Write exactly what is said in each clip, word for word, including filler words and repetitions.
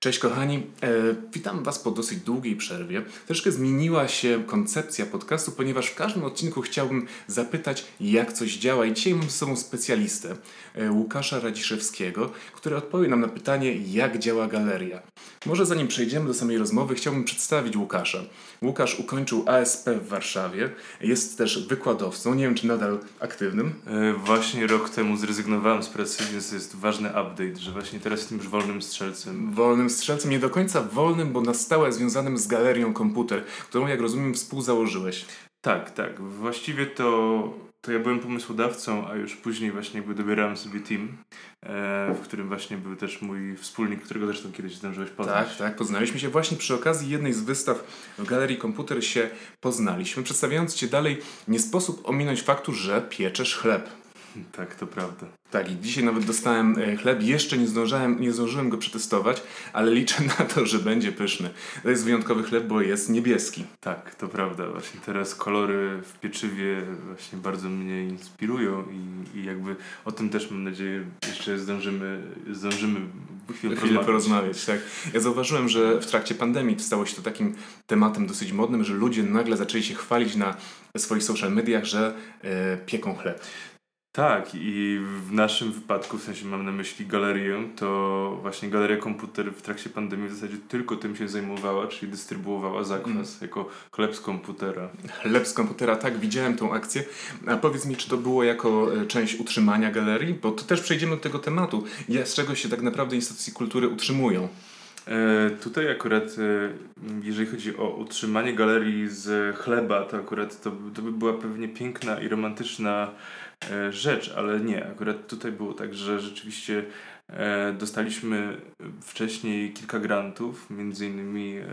Cześć kochani, e, witam Was po dosyć długiej przerwie. Troszkę zmieniła się koncepcja podcastu, ponieważ w każdym odcinku chciałbym zapytać, jak coś działa. I dzisiaj mam ze sobą specjalistę, e, Łukasza Radziszewskiego, który odpowie nam na pytanie, jak działa galeria. Może zanim przejdziemy do samej rozmowy, chciałbym przedstawić Łukasza. Łukasz ukończył A S P w Warszawie, jest też wykładowcą, nie wiem czy nadal aktywnym. E, właśnie rok temu zrezygnowałem z pracy, więc jest ważny update, że właśnie teraz jestem już wolnym strzelcem. Wolnym strzelcem, nie do końca wolnym, bo na stałe związanym z galerią komputer, którą jak rozumiem współzałożyłeś. Tak, tak. Właściwie to, to ja byłem pomysłodawcą, a już później właśnie jakby dobierałem sobie team, e, w którym właśnie był też mój wspólnik, którego zresztą kiedyś zdążyłeś poznać. Tak, tak, poznaliśmy się właśnie przy okazji jednej z wystaw w Galerii Komputer się poznaliśmy. Przedstawiając Cię dalej, nie sposób ominąć faktu, że pieczesz chleb. Tak, to prawda. Tak, i dzisiaj nawet dostałem chleb. Jeszcze nie zdążyłem, nie zdążyłem go przetestować, ale liczę na to, że będzie pyszny. To jest wyjątkowy chleb, bo jest niebieski. Tak, to prawda. Właśnie teraz kolory w pieczywie właśnie bardzo mnie inspirują i, i jakby o tym też mam nadzieję jeszcze zdążymy, zdążymy chwilę, chwilę porozmawiać. Tak. Ja zauważyłem, że w trakcie pandemii stało się to takim tematem dosyć modnym, że ludzie nagle zaczęli się chwalić na swoich social mediach, że e, pieką chleb. Tak, i w naszym wypadku, w sensie mam na myśli galerię, to właśnie Galeria Komputer w trakcie pandemii w zasadzie tylko tym się zajmowała, czyli dystrybuowała zakwas mm. jako chleb z komputera. Chleb z komputera, tak, widziałem tą akcję. A powiedz mi, czy to było jako część utrzymania galerii? Bo to też przejdziemy do tego tematu. Z czego się tak naprawdę instytucje kultury utrzymują? E, tutaj akurat, e, jeżeli chodzi o utrzymanie galerii z chleba, to akurat to, to by była pewnie piękna i romantyczna e, rzecz, ale nie. Akurat tutaj było tak, że rzeczywiście e, dostaliśmy wcześniej kilka grantów, między innymi e,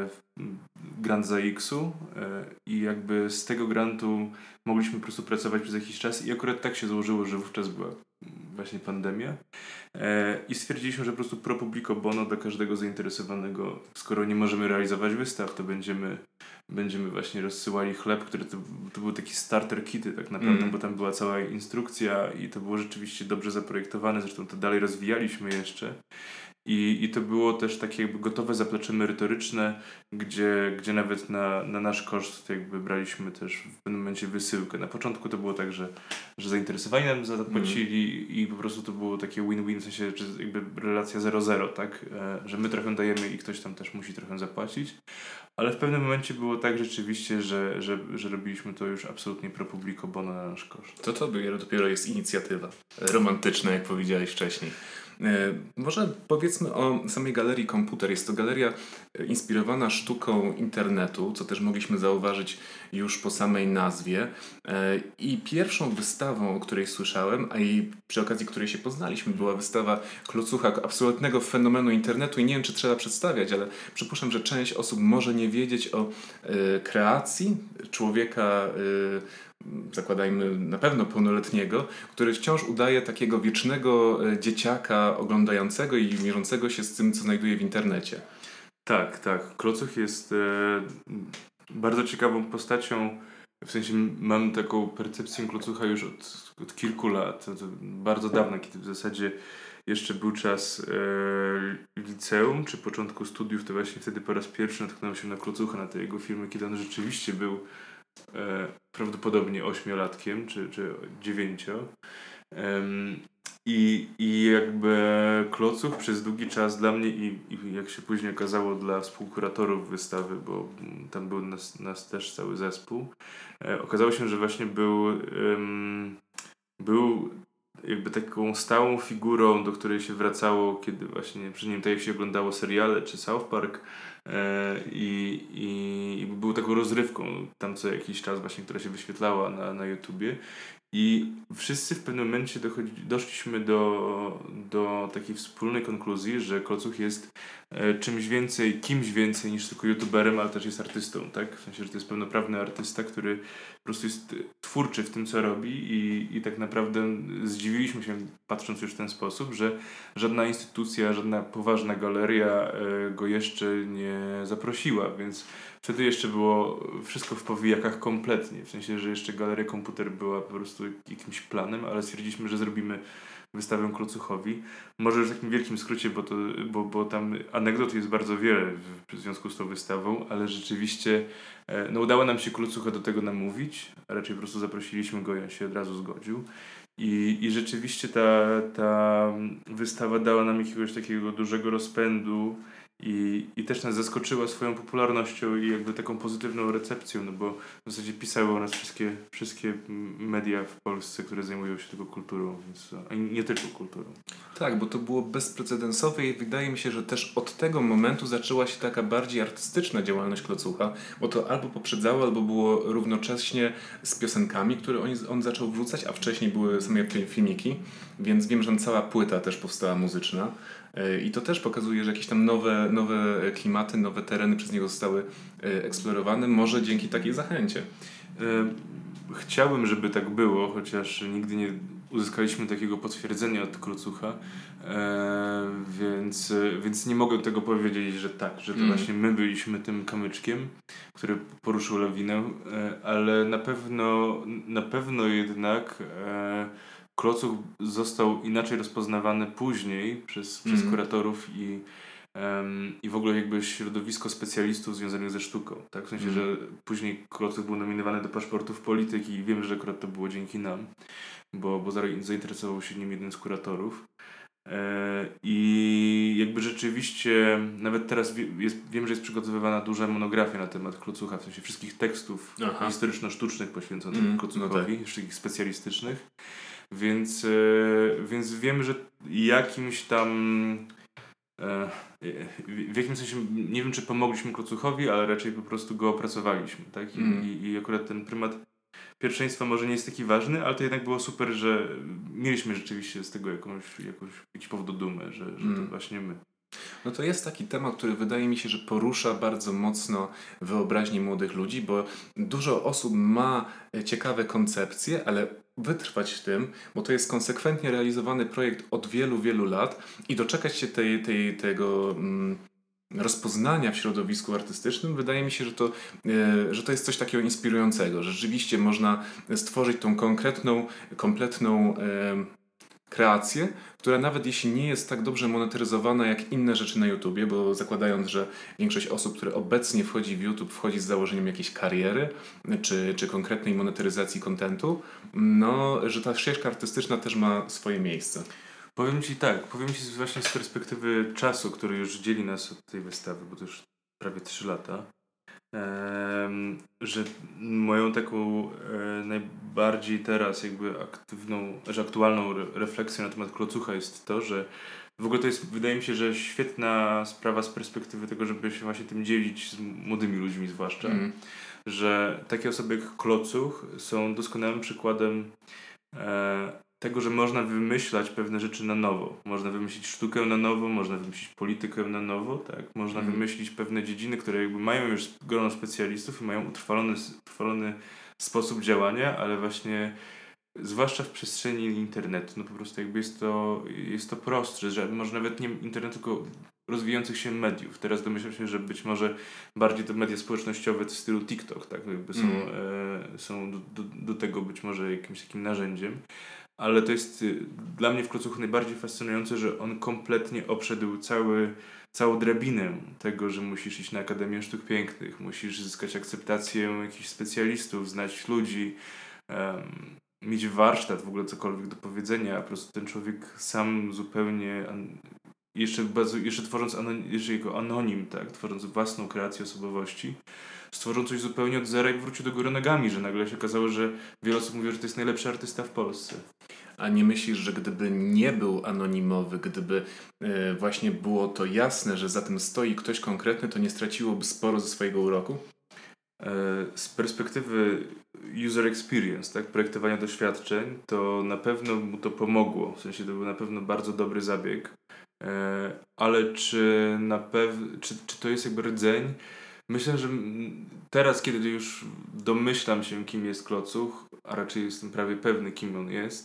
grant za X-u e, i jakby z tego grantu mogliśmy po prostu pracować przez jakiś czas i akurat tak się złożyło, że wówczas była właśnie pandemia. E, I stwierdziliśmy, że po prostu pro publico bono dla każdego zainteresowanego, skoro nie możemy realizować wystaw, to będziemy, będziemy właśnie rozsyłali chleb, który to, to były takie starter kity tak naprawdę, mm. bo tam była cała instrukcja i to było rzeczywiście dobrze zaprojektowane, zresztą to dalej rozwijaliśmy jeszcze. I, I to było też takie jakby gotowe zaplecze merytoryczne, gdzie, gdzie nawet na, na nasz koszt jakby braliśmy też w pewnym momencie wysyłkę. Na początku to było tak, że, że zainteresowani nam zapłacili mm. i po prostu to było takie win-win, w sensie czy jakby relacja zero zero, tak? E, że my trochę dajemy i ktoś tam też musi trochę zapłacić. Ale w pewnym momencie było tak rzeczywiście, że, że, że robiliśmy to już absolutnie pro publico bono na nasz koszt. To to dopiero jest inicjatywa romantyczna, jak powiedziałeś wcześniej. E, może powiedzmy o samej Galerii Komputer. Jest to galeria inspirowana sztuką internetu, co też mogliśmy zauważyć już po samej nazwie. E, I pierwszą wystawą, o której słyszałem, a i przy okazji której się poznaliśmy, była wystawa Klocucha, absolutnego fenomenu internetu i nie wiem, czy trzeba przedstawiać, ale przypuszczam, że część osób może nie wiedzieć o e, kreacji człowieka, e, zakładajmy na pewno pełnoletniego, który wciąż udaje takiego wiecznego dzieciaka oglądającego i mierzącego się z tym, co znajduje w internecie. Tak, tak. Klocuch jest e, bardzo ciekawą postacią. W sensie mam taką percepcję Klocucha już od, od kilku lat. To, to bardzo dawno, kiedy w zasadzie jeszcze był czas e, liceum, czy początku studiów, to właśnie wtedy po raz pierwszy natknąłem się na Klocucha, na te jego filmy, kiedy on rzeczywiście był E, prawdopodobnie ośmiolatkiem, czy, czy dziewięcio. Um, i, I jakby Klocuch przez długi czas dla mnie i, i jak się później okazało dla współkuratorów wystawy, bo tam był nas, nas też cały zespół, e, okazało się, że właśnie był um, był jakby taką stałą figurą, do której się wracało, kiedy właśnie przy nim tak jak się oglądało seriale czy South Park, I, i, i był taką rozrywką tam co jakiś czas właśnie, która się wyświetlała na, na YouTubie i wszyscy w pewnym momencie dochodzi, doszliśmy do, do takiej wspólnej konkluzji, że Klocuch jest e, czymś więcej, kimś więcej niż tylko youtuberem, ale też jest artystą, tak? W sensie, że to jest pełnoprawny artysta, który po prostu jest twórczy w tym, co robi i, i tak naprawdę zdziwiliśmy się, patrząc już w ten sposób, że żadna instytucja, żadna poważna galeria e, go jeszcze nie zaprosiła, więc wtedy jeszcze było wszystko w powijakach kompletnie, w sensie, że jeszcze Galeria Komputer była po prostu jakimś planem, ale stwierdziliśmy, że zrobimy wystawę Klocuchowi. Może już w takim wielkim skrócie, bo, to, bo, bo tam anegdot jest bardzo wiele w, w związku z tą wystawą, ale rzeczywiście no, udało nam się Klocucha do tego namówić, a raczej po prostu zaprosiliśmy go i on się od razu zgodził. I, i rzeczywiście ta, ta wystawa dała nam jakiegoś takiego dużego rozpędu i, i też nas zaskoczyła swoją popularnością i jakby taką pozytywną recepcją, no bo w zasadzie pisały o nas wszystkie, wszystkie media w Polsce, które zajmują się tylko kulturą, więc, a nie tylko kulturą. Tak, bo to było bezprecedensowe i wydaje mi się, że też od tego momentu zaczęła się taka bardziej artystyczna działalność Klocucha, bo to albo poprzedzało, albo było równocześnie z piosenkami, które on, on zaczął wrzucać, a wcześniej były same filmiki, więc wiem, że tam cała płyta też powstała muzyczna. I to też pokazuje, że jakieś tam nowe, nowe klimaty, nowe tereny przez niego zostały eksplorowane, może dzięki takiej zachęcie. Chciałbym, żeby tak było, chociaż nigdy nie uzyskaliśmy takiego potwierdzenia od Klocucha, e, więc, więc nie mogę tego powiedzieć, że tak, że to mm. właśnie my byliśmy tym kamyczkiem, który poruszył lawinę, e, ale na pewno, na pewno jednak e, Klocuch został inaczej rozpoznawany później przez, mm. przez kuratorów i Um, i w ogóle jakby środowisko specjalistów związanych ze sztuką, tak? W sensie, mm. że później Klocuch był nominowany do paszportów polityki i wiem, że akurat to było dzięki nam, bo, bo zainteresował się nim jeden z kuratorów. E, I jakby rzeczywiście nawet teraz wie, jest, wiem, że jest przygotowywana duża monografia na temat Klocucha, w sensie wszystkich tekstów Aha. historyczno-sztucznych poświęconych mm, Klocuchowi, no tak. wszystkich specjalistycznych, więc, e, więc wiem, że jakimś tam w jakimś sensie, nie wiem czy pomogliśmy Klocuchowi, ale raczej po prostu go opracowaliśmy, tak? I, mm. i, i akurat ten prymat pierwszeństwa może nie jest taki ważny, ale to jednak było super, że mieliśmy rzeczywiście z tego jakąś, jakąś jakiś powód do dumy, że, że mm. to właśnie my. No to jest taki temat, który wydaje mi się, że porusza bardzo mocno wyobraźnię młodych ludzi, bo dużo osób ma ciekawe koncepcje, ale wytrwać w tym, bo to jest konsekwentnie realizowany projekt od wielu, wielu lat i doczekać się tej, tej, tego mm, rozpoznania w środowisku artystycznym, wydaje mi się, że to, e, że to jest coś takiego inspirującego. Rzeczywiście można stworzyć tą konkretną, kompletną e, kreację, która nawet jeśli nie jest tak dobrze monetaryzowana jak inne rzeczy na YouTubie, bo zakładając, że większość osób, które obecnie wchodzi w YouTube, wchodzi z założeniem jakiejś kariery, czy, czy konkretnej monetaryzacji kontentu, no, że ta ścieżka artystyczna też ma swoje miejsce. Powiem Ci tak, powiem Ci właśnie z perspektywy czasu, który już dzieli nas od tej wystawy, bo to już prawie trzy lata, Um, że moją taką e, najbardziej teraz jakby aktywną, że aktualną re- refleksją na temat Klocucha jest to, że w ogóle to jest, wydaje mi się, że świetna sprawa z perspektywy tego, żeby się właśnie tym dzielić z młodymi ludźmi zwłaszcza, mm. że takie osoby jak Klocuch są doskonałym przykładem e, tego, że można wymyślać pewne rzeczy na nowo. Można wymyślić sztukę na nowo, można wymyślić politykę na nowo, tak? Można mm. wymyślić pewne dziedziny, które jakby mają już grono specjalistów i mają utrwalony, utrwalony sposób działania, ale właśnie zwłaszcza w przestrzeni internetu, no po prostu jakby jest to, jest to prostsze, że może nawet nie internetu, tylko rozwijających się mediów. Teraz domyślam się, że być może bardziej to media społecznościowe w stylu TikTok, tak? Jakby są, mm. e, są do, do, do tego być może jakimś takim narzędziem. Ale to jest y, dla mnie w Klocuchu najbardziej fascynujące, że on kompletnie obszedł cały, całą drabinę tego, że musisz iść na Akademię Sztuk Pięknych, musisz zyskać akceptację jakichś specjalistów, znać ludzi, um, mieć warsztat, w ogóle cokolwiek do powiedzenia, a po prostu ten człowiek sam zupełnie, an, jeszcze, bazu, jeszcze tworząc anon, jeszcze jako anonim, tak, tworząc własną kreację osobowości, stworzył coś zupełnie od zera i wrócił do góry nogami, że nagle się okazało, że wiele osób mówi, że to jest najlepszy artysta w Polsce. A nie myślisz, że gdyby nie był anonimowy, gdyby e, właśnie było to jasne, że za tym stoi ktoś konkretny, to nie straciłoby sporo ze swojego uroku? E, z perspektywy user experience, tak, projektowania doświadczeń, to na pewno mu to pomogło. W sensie to był na pewno bardzo dobry zabieg. E, ale czy na pew- czy, czy to jest jakby rdzeń? Myślę, że teraz, kiedy już domyślam się, kim jest Klocuch, a raczej jestem prawie pewny, kim on jest,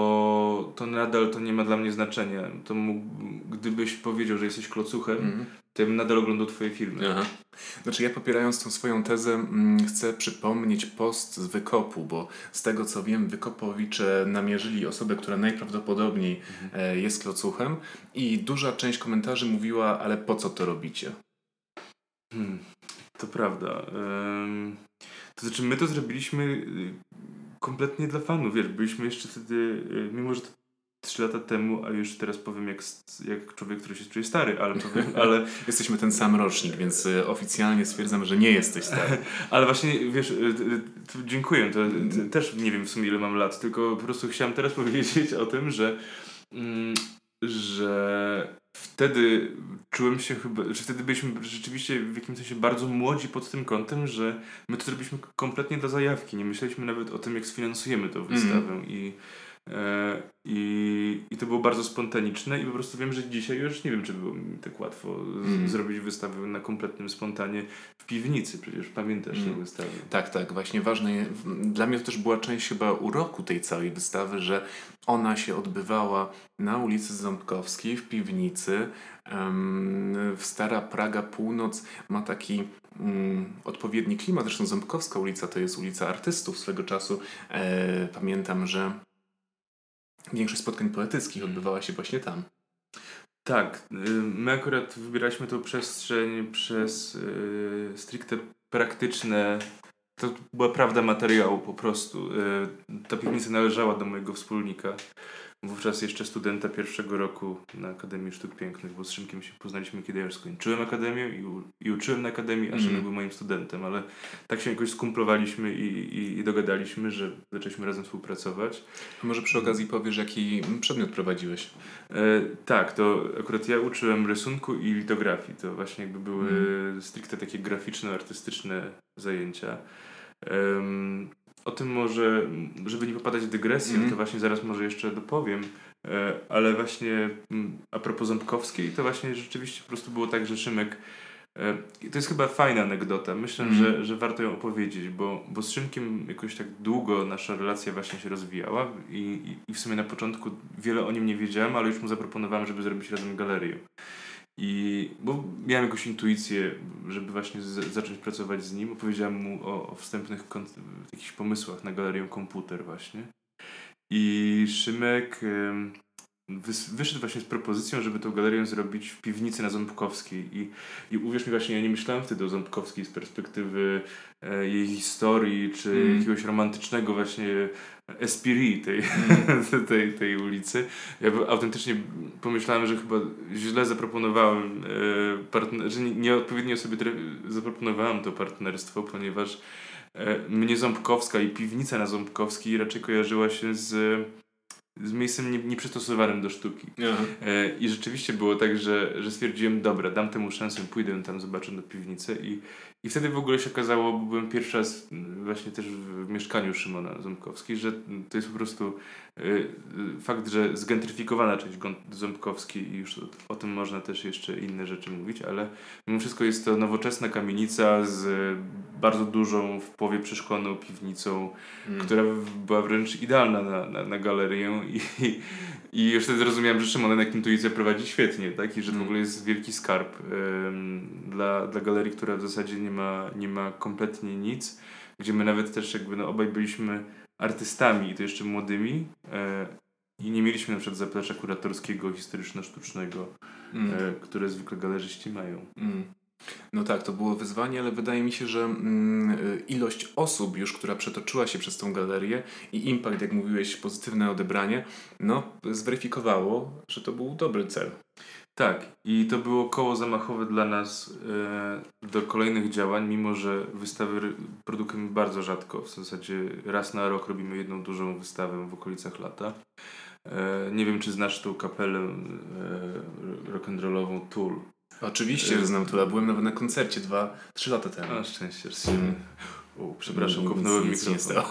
to, to nadal to nie ma dla mnie znaczenia. To mógł, gdybyś powiedział, że jesteś Klocuchem, mm. to ja bym nadal oglądał twoje filmy. Aha. Znaczy ja popierając tą swoją tezę mm, chcę przypomnieć post z Wykopu, bo z tego co wiem Wykopowicze namierzyli osobę, która najprawdopodobniej mhm. e, jest klocuchem i duża część komentarzy mówiła, ale po co to robicie? Hmm, to prawda. Um, to znaczy my to zrobiliśmy kompletnie dla fanów, wiesz, byliśmy jeszcze wtedy, mimo że to trzy lata temu, a już teraz powiem jak, jak człowiek, który się czuje stary, ale powiem, ale... Jesteśmy ten sam rocznik, więc oficjalnie stwierdzam, że nie jesteś stary. Ale właśnie, wiesz, dziękuję, to, to też nie wiem w sumie ile mam lat, tylko po prostu chciałem teraz powiedzieć o tym, że mm, że wtedy czułem się chyba, że wtedy byliśmy rzeczywiście w jakimś sensie bardzo młodzi pod tym kątem, że my to zrobiliśmy kompletnie dla zajawki, nie myśleliśmy nawet o tym, jak sfinansujemy tę wystawę mm. i E, i, I to było bardzo spontaniczne i po prostu wiem, że dzisiaj już nie wiem, czy było mi tak łatwo mm. z, zrobić wystawę na kompletnym spontanie w piwnicy, przecież pamiętasz mm. tę wystawę. Tak, tak, właśnie ważne, dla mnie to też była część chyba uroku tej całej wystawy, że ona się odbywała na ulicy Ząbkowskiej w piwnicy. Um, w Stara Praga Północ ma taki um, odpowiedni klimat, zresztą Ząbkowska ulica to jest ulica artystów swego czasu. E, pamiętam, że większość spotkań poetyckich odbywała się właśnie tam. Tak, my akurat wybieraliśmy tę przestrzeń przez yy, stricte praktyczne, to była prawda materiału po prostu. Yy, ta piwnica należała do mojego wspólnika, wówczas jeszcze studenta pierwszego roku na Akademii Sztuk Pięknych, bo z Szymkiem się poznaliśmy, kiedy ja już skończyłem akademię i, u, i uczyłem na akademii, a Szymek mm. był moim studentem, ale tak się jakoś skumplowaliśmy i, i, i dogadaliśmy, że zaczęliśmy razem współpracować. A może przy okazji powiesz, jaki przedmiot prowadziłeś? E, tak, to akurat ja uczyłem rysunku i litografii, to właśnie jakby były mm. stricte takie graficzne, artystyczne zajęcia. Um, O tym może, żeby nie popadać w dygresję, mm. to właśnie zaraz może jeszcze dopowiem, e, ale właśnie m, a propos Ząbkowskiej, to właśnie rzeczywiście po prostu było tak, że Szymek, e, to jest chyba fajna anegdota, myślę, mm. że, że warto ją opowiedzieć, bo, bo z Szymkiem jakoś tak długo nasza relacja właśnie się rozwijała i, i, i w sumie na początku wiele o nim nie wiedziałem, ale już mu zaproponowałem, żeby zrobić razem galerię. I, bo miałem jakąś intuicję, żeby właśnie z, zacząć pracować z nim. Opowiedziałem mu o, o wstępnych kont- jakichś pomysłach na galerię komputer właśnie. I Szymek ym, wys- wyszedł właśnie z propozycją, żeby tę galerię zrobić w piwnicy na Ząbkowskiej. I, i uwierz mi właśnie, ja nie myślałem wtedy o Ząbkowskiej z perspektywy e, jej historii, czy mm. jakiegoś romantycznego właśnie esprit tej, mm. tej, tej ulicy. Ja autentycznie pomyślałem, że chyba źle zaproponowałem e, partner- że nie, nieodpowiednio sobie tre- zaproponowałem to partnerstwo, ponieważ e, mnie Ząbkowska i piwnica na Ząbkowskiej raczej kojarzyła się z z miejscem nie, nieprzystosowanym do sztuki. E, I rzeczywiście było tak, że, że stwierdziłem, dobra, dam temu szansę, pójdę tam, zobaczę do piwnicy i, i wtedy w ogóle się okazało, bo byłem pierwszy raz właśnie też w mieszkaniu Szymona Ząbkowskiej, że to jest po prostu e, fakt, że zgentryfikowana część Ząbkowskiej i już o, o tym można też jeszcze inne rzeczy mówić, ale mimo wszystko jest to nowoczesna kamienica z bardzo dużą, w połowie przeszkloną piwnicą, mm. która była wręcz idealna na, na, na galerię i, i już wtedy zrozumiałem, że Szymon jednak intuicję prowadzi świetnie, tak? I że to w ogóle jest wielki skarb um, dla, dla galerii, która w zasadzie nie ma, nie ma kompletnie nic, gdzie my nawet też jakby no, obaj byliśmy artystami i to jeszcze młodymi e, i nie mieliśmy na przykład zaplecza kuratorskiego, historyczno-sztucznego, mm. e, które zwykle galerzyści mają. Mm. No tak, to było wyzwanie, ale wydaje mi się, że mm, ilość osób już, która przetoczyła się przez tą galerię i impact, jak mówiłeś, pozytywne odebranie, no zweryfikowało, że to był dobry cel. Tak, i to było koło zamachowe dla nas e, do kolejnych działań, mimo że wystawy produkujemy bardzo rzadko, w zasadzie raz na rok robimy jedną dużą wystawę w okolicach lata. E, nie wiem, czy znasz tą kapelę e, rock'n'rollową Tool. Oczywiście, że znam Tula. Byłem nawet na koncercie dwa, trzy lata temu. A, szczęście. Mm. U, przepraszam, kopnąłem mikrofon.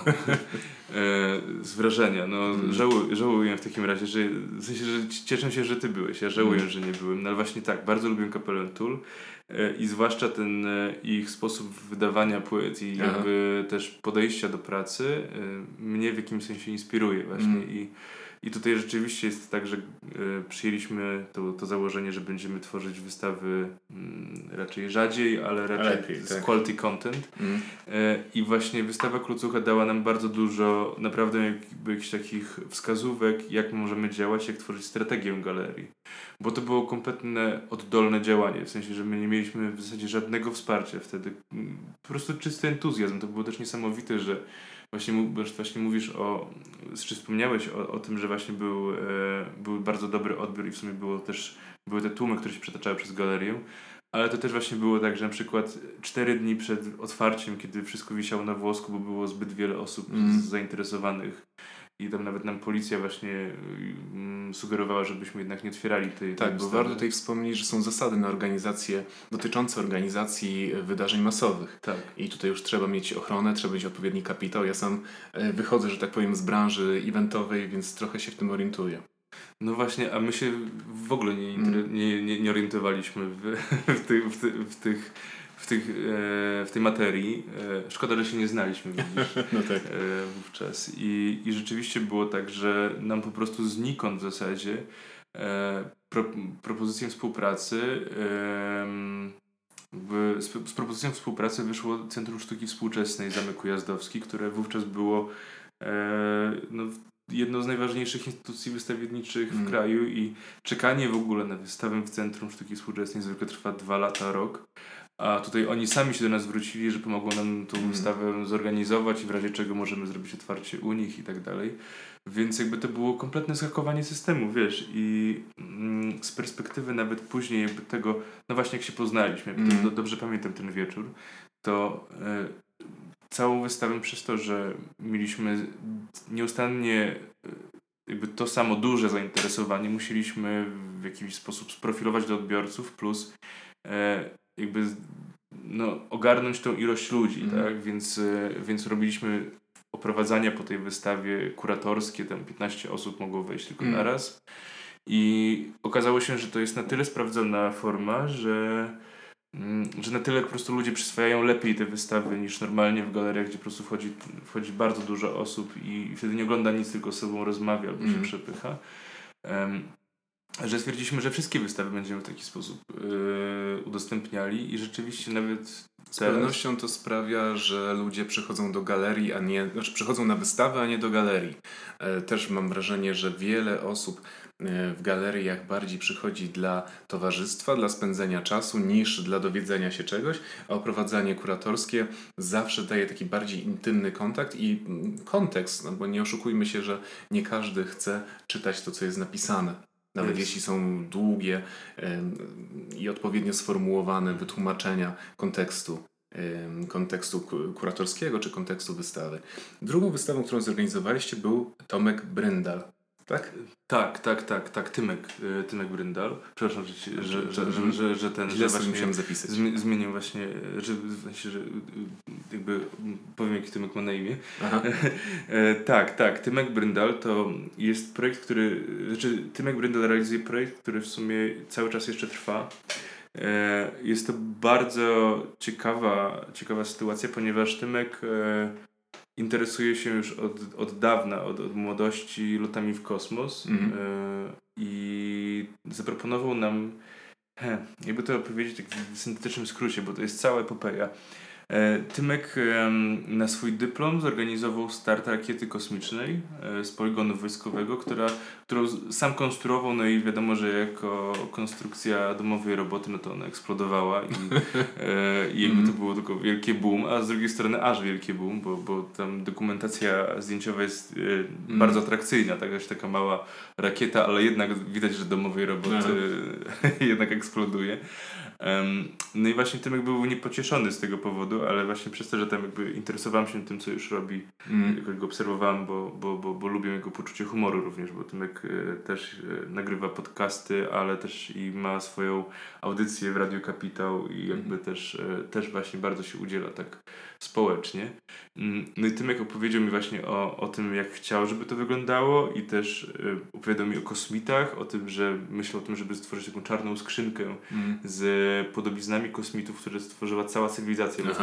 e, z wrażenia. No, mm. żałuję, żałuję w takim razie, że w sensie, że cieszę się, że ty byłeś. Ja żałuję, mm. że nie byłem. No ale właśnie tak, bardzo lubię kapelę Tool e, i zwłaszcza ten e, ich sposób wydawania płyt i jakby też podejścia do pracy e, mnie w jakimś sensie inspiruje właśnie mm. i I tutaj rzeczywiście jest tak, że y, przyjęliśmy to, to założenie, że będziemy tworzyć wystawy mm, raczej rzadziej, ale raczej Lepiej, z tak. quality content. Mm. Y, I właśnie wystawa Klocucha dała nam bardzo dużo naprawdę jakby jakichś takich wskazówek, jak możemy działać, jak tworzyć strategię galerii. Bo to było kompletne oddolne działanie, w sensie, że my nie mieliśmy w zasadzie żadnego wsparcia wtedy. Po prostu czysty entuzjazm. To było też niesamowite, że właśnie, właśnie mówisz o, czy wspomniałeś o, o tym, że właśnie był, e, był bardzo dobry odbiór i w sumie było też, były te tłumy, które się przetaczały przez galerię. Ale to też właśnie było tak, że na przykład cztery dni przed otwarciem, kiedy wszystko wisiało na włosku, bo było zbyt wiele osób Mm. zainteresowanych i tam nawet nam policja właśnie mm, sugerowała, żebyśmy jednak nie otwierali tej Tak, tej bo wystawy. warto tutaj wspomnieć, że są zasady na organizację, dotyczące organizacji wydarzeń masowych. Tak. I tutaj już trzeba mieć ochronę, trzeba mieć odpowiedni kapitał. Ja sam e, wychodzę, że tak powiem, z branży eventowej, więc trochę się w tym orientuję. No właśnie, a my się w ogóle nie, inter- Mm. nie, nie, nie orientowaliśmy w, w, tych, w, ty, w, tych, w, tych, e, w tej materii. E, szkoda, że się nie znaliśmy, widzisz, No tak. e, wówczas. I, I rzeczywiście było tak, że nam po prostu znikąd w zasadzie e, pro, propozycją współpracy e, w, z, z propozycją współpracy wyszło Centrum Sztuki Współczesnej Zamek Ujazdowski, które wówczas było e, no, jedną z najważniejszych instytucji wystawienniczych Mm. w kraju i czekanie w ogóle na wystawę w Centrum Sztuki Współczesnej zwykle trwa dwa lata, rok. A tutaj oni sami się do nas zwrócili, że pomogą nam tą Mm. wystawę zorganizować i w razie czego możemy zrobić otwarcie u nich i tak dalej. Więc jakby to było kompletne zhakowanie systemu, wiesz, i mm, z perspektywy nawet później jakby tego, no właśnie jak się poznaliśmy, jakby Mm. to, to dobrze pamiętam ten wieczór, to y, całą wystawę przez to, że mieliśmy nieustannie y, jakby to samo duże zainteresowanie, musieliśmy w jakiś sposób sprofilować do odbiorców, plus e, jakby no, ogarnąć tą ilość ludzi, Mhm. tak? Więc, e, więc robiliśmy oprowadzania po tej wystawie kuratorskie, tam piętnaście osób mogło wejść tylko Mhm. naraz. I okazało się, że to jest na tyle sprawdzona forma, że Mm, że na tyle po prostu ludzie przyswajają lepiej te wystawy niż normalnie w galeriach, gdzie po prostu wchodzi, wchodzi bardzo dużo osób i wtedy nie ogląda nic, tylko z sobą rozmawia albo się Mm. przepycha. Um, że stwierdziliśmy, że wszystkie wystawy będziemy w taki sposób yy, udostępniali i rzeczywiście nawet Z teraz... pewnością to sprawia, że ludzie przychodzą do galerii, a nie, znaczy przychodzą na wystawę, a nie do galerii. E, też mam wrażenie, że wiele osób e, w galeriach bardziej przychodzi dla towarzystwa, dla spędzenia czasu, niż dla dowiedzenia się czegoś, a oprowadzanie kuratorskie zawsze daje taki bardziej intymny kontakt i mm, kontekst, no bo nie oszukujmy się, że nie każdy chce czytać to, co jest napisane. Nawet Jest. jeśli są długie em, i odpowiednio sformułowane wytłumaczenia kontekstu, em, kontekstu ku- kuratorskiego czy kontekstu wystawy. Drugą wystawą, którą zorganizowaliście, był Tomek Bryndal, tak? Tak, tak, tak, tak, Tymek, y, Tymek Bryndal. Przepraszam, że, ci, że, że, że, że, że ten... Źle że sobie właśnie musiałem zapisać. zmi- zmienił właśnie, że, w sensie, że y, y, jakby powiem, jaki Tymek ma na imię. Aha. E, tak, tak. Tymek Bryndal to jest projekt, który... Znaczy, Tymek Bryndal realizuje projekt, który w sumie cały czas jeszcze trwa. E, jest to bardzo ciekawa, ciekawa sytuacja, ponieważ Tymek e, interesuje się już od, od dawna, od, od młodości lotami w kosmos Mhm. e, i zaproponował nam, he, jakby to powiedzieć tak w syntetycznym skrócie, bo to jest cała epopeja. E, Tymek em, na swój dyplom zorganizował start rakiety kosmicznej e, z poligonu wojskowego, która, którą z- sam konstruował, no i wiadomo, że jako konstrukcja domowej roboty, no to ona eksplodowała i, e, i jakby to było tylko wielkie boom, a z drugiej strony aż wielkie boom, bo, bo tam dokumentacja zdjęciowa jest e, bardzo atrakcyjna, jakaś taka mała rakieta, ale jednak widać, że domowej roboty jednak eksploduje. Um, no i właśnie Tymek był niepocieszony z tego powodu, ale właśnie przez to, że tam jakby interesowałem się tym, co już robi, Mm. jakoś go obserwowałem, bo, bo, bo, bo lubię jego poczucie humoru również, bo Tymek e, też e, nagrywa podcasty, ale też i ma swoją audycję w Radiu Kapitał i jakby Mhm. też, e, też właśnie bardzo się udziela tak społecznie. Mm, No i Tymek opowiedział mi właśnie o, o tym, jak chciał, żeby to wyglądało i też e, opowiadał mi o kosmitach, o tym, że myślał o tym, żeby stworzyć taką czarną skrzynkę Mm. z podobiznami kosmitów, które stworzyła cała cywilizacja, bo Aha.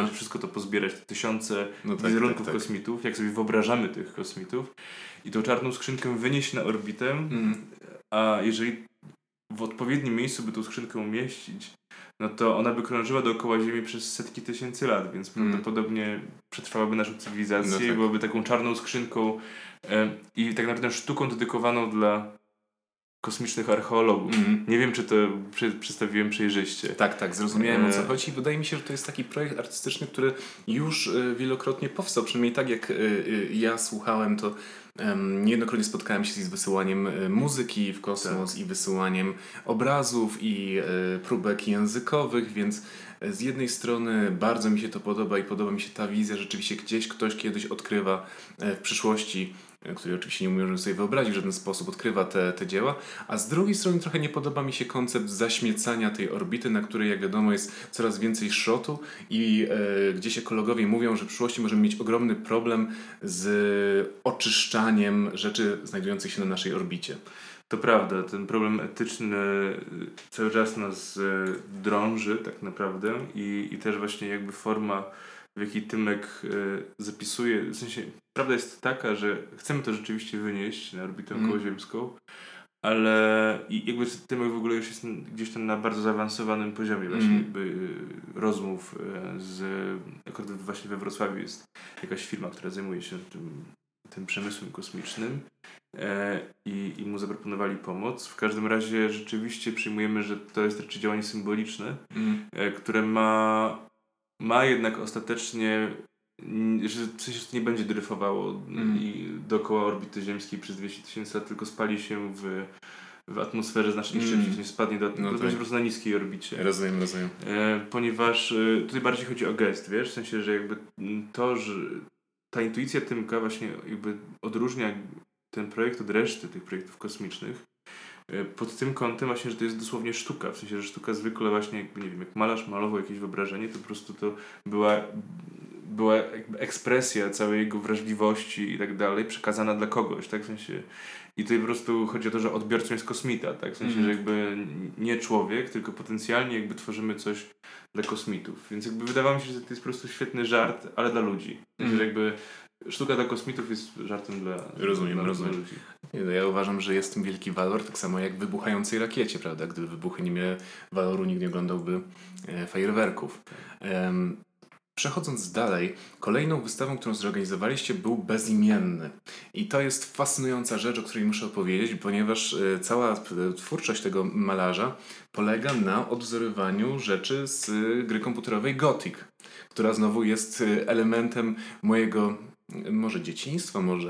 Aha. wszystko to pozbierać, te tysiące no tak, wizerunków tak, tak. kosmitów, jak sobie wyobrażamy tych kosmitów i tą czarną skrzynkę wynieść na orbitę, Mm. a jeżeli w odpowiednim miejscu by tą skrzynkę umieścić, no to ona by krążyła dookoła Ziemi przez setki tysięcy lat, więc Mm. prawdopodobnie przetrwałaby naszą cywilizację No tak. i byłaby taką czarną skrzynką e, i tak naprawdę sztuką dedykowaną dla kosmicznych archeologów. Mm. Nie wiem, czy to przy, przedstawiłem przejrzyście. Tak, tak, zrozumiałem o co E... chodzi. Wydaje mi się, że to jest taki projekt artystyczny, który już y, wielokrotnie powstał. Przynajmniej tak jak y, y, ja słuchałem, to um, niejednokrotnie spotkałem się z wysyłaniem y, muzyki w kosmos tak. i wysyłaniem obrazów i y, próbek językowych, więc z jednej strony bardzo mi się to podoba i podoba mi się ta wizja, rzeczywiście gdzieś ktoś kiedyś odkrywa w przyszłości, której oczywiście nie możemy sobie wyobrazić w żaden sposób, odkrywa te, te dzieła, a z drugiej strony trochę nie podoba mi się koncept zaśmiecania tej orbity, na której jak wiadomo jest coraz więcej szrotu i e, gdzieś ekologowie mówią, że w przyszłości możemy mieć ogromny problem z oczyszczaniem rzeczy znajdujących się na naszej orbicie. To prawda, ten problem etyczny cały czas nas drąży tak naprawdę i, i też właśnie jakby forma, w jakiej Tymek zapisuje, w sensie prawda jest taka, że chcemy to rzeczywiście wynieść na orbitę mm. kołoziemską, ale i jakby Tymek w ogóle już jest gdzieś tam na bardzo zaawansowanym poziomie właśnie mm. jakby rozmów z, akurat właśnie we Wrocławiu jest jakaś firma, która zajmuje się tym, tym przemysłem kosmicznym. E, i, i mu zaproponowali pomoc. W każdym razie rzeczywiście przyjmujemy, że to jest raczej działanie symboliczne, mm. e, które ma, ma jednak ostatecznie, że w sensie to nie będzie dryfowało mm. i dookoła orbity ziemskiej przez dwieście tysięcy lat, tylko spali się w, w atmosferze znacznie mm. szybciej, nie spadnie do, no to tak. będzie po prostu na niskiej orbicie. Rozumiem, rozumiem. E, ponieważ e, tutaj bardziej chodzi o gest, wiesz, w sensie, że jakby to, że ta intuicja Tymka właśnie jakby odróżnia ten projekt od reszty tych projektów kosmicznych pod tym kątem właśnie, że to jest dosłownie sztuka, w sensie, że sztuka zwykle właśnie jakby, nie wiem, jak malarz malował jakieś wyobrażenie, to po prostu to była, była jakby ekspresja całej jego wrażliwości i tak dalej, przekazana dla kogoś, tak, w sensie i tutaj po prostu chodzi o to, że odbiorcą jest kosmita, tak, w sensie, mm. że jakby nie człowiek, tylko potencjalnie jakby tworzymy coś dla kosmitów, więc jakby wydawało mi się, że to jest po prostu świetny żart, ale dla ludzi, w sensie, mm. że jakby sztuka dla kosmitów jest żartem dla, rozumiem, dla, rozumiem. dla ludzi. Nie, no ja uważam, że jest w tym wielki walor, tak samo jak w wybuchającej rakiecie, prawda? Gdyby wybuchy nie miały waloru, nikt nie oglądałby e, fajerwerków. Um, Przechodząc dalej, kolejną wystawą, którą zorganizowaliście, był Bezimienny. I to jest fascynująca rzecz, o której muszę opowiedzieć, ponieważ e, cała twórczość tego malarza polega na odwzorowaniu rzeczy z gry komputerowej Gothic, która znowu jest elementem mojego może dzieciństwa, może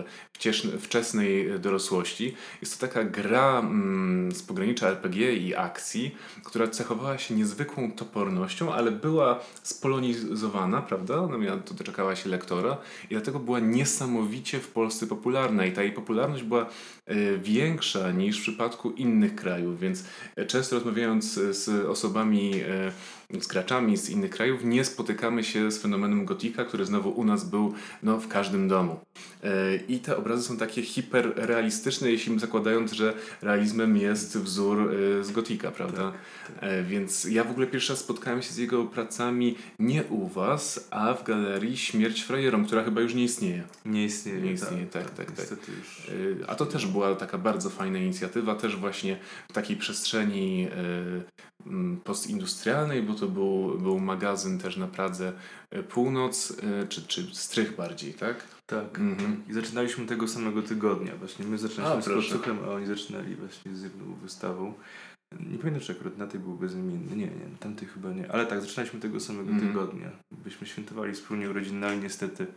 wczesnej dorosłości. Jest to taka gra mm, z pogranicza er pe gie i akcji, która cechowała się niezwykłą topornością, ale była spolonizowana, prawda? Ona miała, to doczekała się lektora i dlatego była niesamowicie w Polsce popularna i ta jej popularność była y, większa niż w przypadku innych krajów, więc często rozmawiając z osobami y, z graczami z innych krajów, nie spotykamy się z fenomenem Gotika, który znowu u nas był no, w każdym domu. E, I te obrazy są takie hiperrealistyczne, jeśli zakładając, że realizmem jest wzór e, z Gotika, prawda? Tak, tak. E, więc ja w ogóle pierwszy raz spotkałem się z jego pracami nie u was, a w galerii Śmierć frajerom, która chyba już nie istnieje. Nie istnieje. Nie istnieje, tak, tak, tak. tak. Już... E, a to też była taka bardzo fajna inicjatywa, też właśnie w takiej przestrzeni e, postindustrialnej, bo to był, był magazyn też na Pradze Północ, czy, czy Strych bardziej, tak? Tak. Mhm. I zaczynaliśmy tego samego tygodnia. Właśnie my zaczynaliśmy z Klocuchem, a oni zaczynali właśnie z jedną wystawą. Nie pamiętam, czy akurat na tej był Bezimienny. Nie, nie, tamtej chyba nie. Ale tak, zaczynaliśmy tego samego mhm. tygodnia. Byśmy świętowali wspólnie urodziny, ale niestety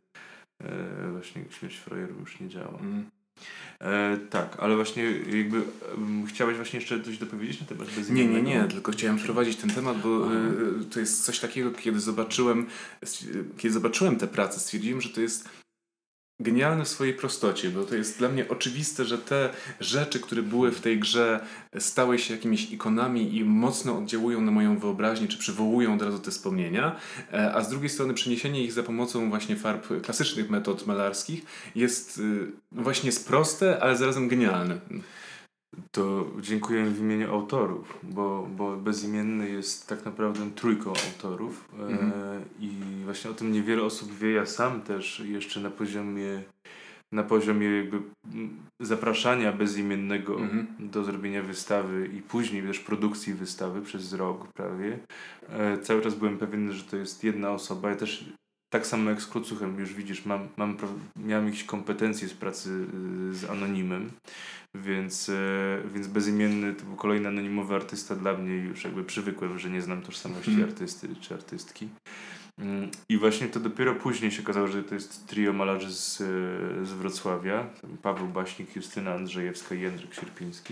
e, właśnie Śmierć frajerów już nie działa. Mhm. E, tak, ale właśnie jakby um, chciałeś właśnie jeszcze coś dopowiedzieć na temat Bezimiennego? Nie, nie, nie, tylko chciałem wprowadzić ten temat, bo y, to jest coś takiego, kiedy zobaczyłem kiedy zobaczyłem tę pracę, stwierdziłem, że to jest genialne w swojej prostocie, bo to jest dla mnie oczywiste, że te rzeczy, które były w tej grze, stały się jakimiś ikonami i mocno oddziałują na moją wyobraźnię, czy przywołują od razu te wspomnienia, a z drugiej strony przeniesienie ich za pomocą właśnie farb klasycznych metod malarskich jest właśnie jest proste, ale zarazem genialne. To dziękuję w imieniu autorów, bo, bo Bezimienny jest tak naprawdę trójką autorów Mhm. e, i właśnie o tym niewiele osób wie. Ja sam też jeszcze na poziomie na poziomie jakby mm, zapraszania Bezimiennego Mhm. do zrobienia wystawy i później też produkcji wystawy przez rok prawie. E, cały czas byłem pewien, że to jest jedna osoba. Ja też tak samo jak z Klocuchem, już widzisz, mam, mam, pra- miałem jakieś kompetencje z pracy y, z Anonimem, więc, e, więc Bezimienny to był kolejny anonimowy artysta dla mnie. Już jakby przywykłem, że nie znam tożsamości Mhm. artysty czy artystki. Mm, I właśnie to dopiero później się okazało, że to jest trio malarzy z, z Wrocławia. Paweł Baśnik, Justyna Andrzejewska i Jędrek Sierpiński.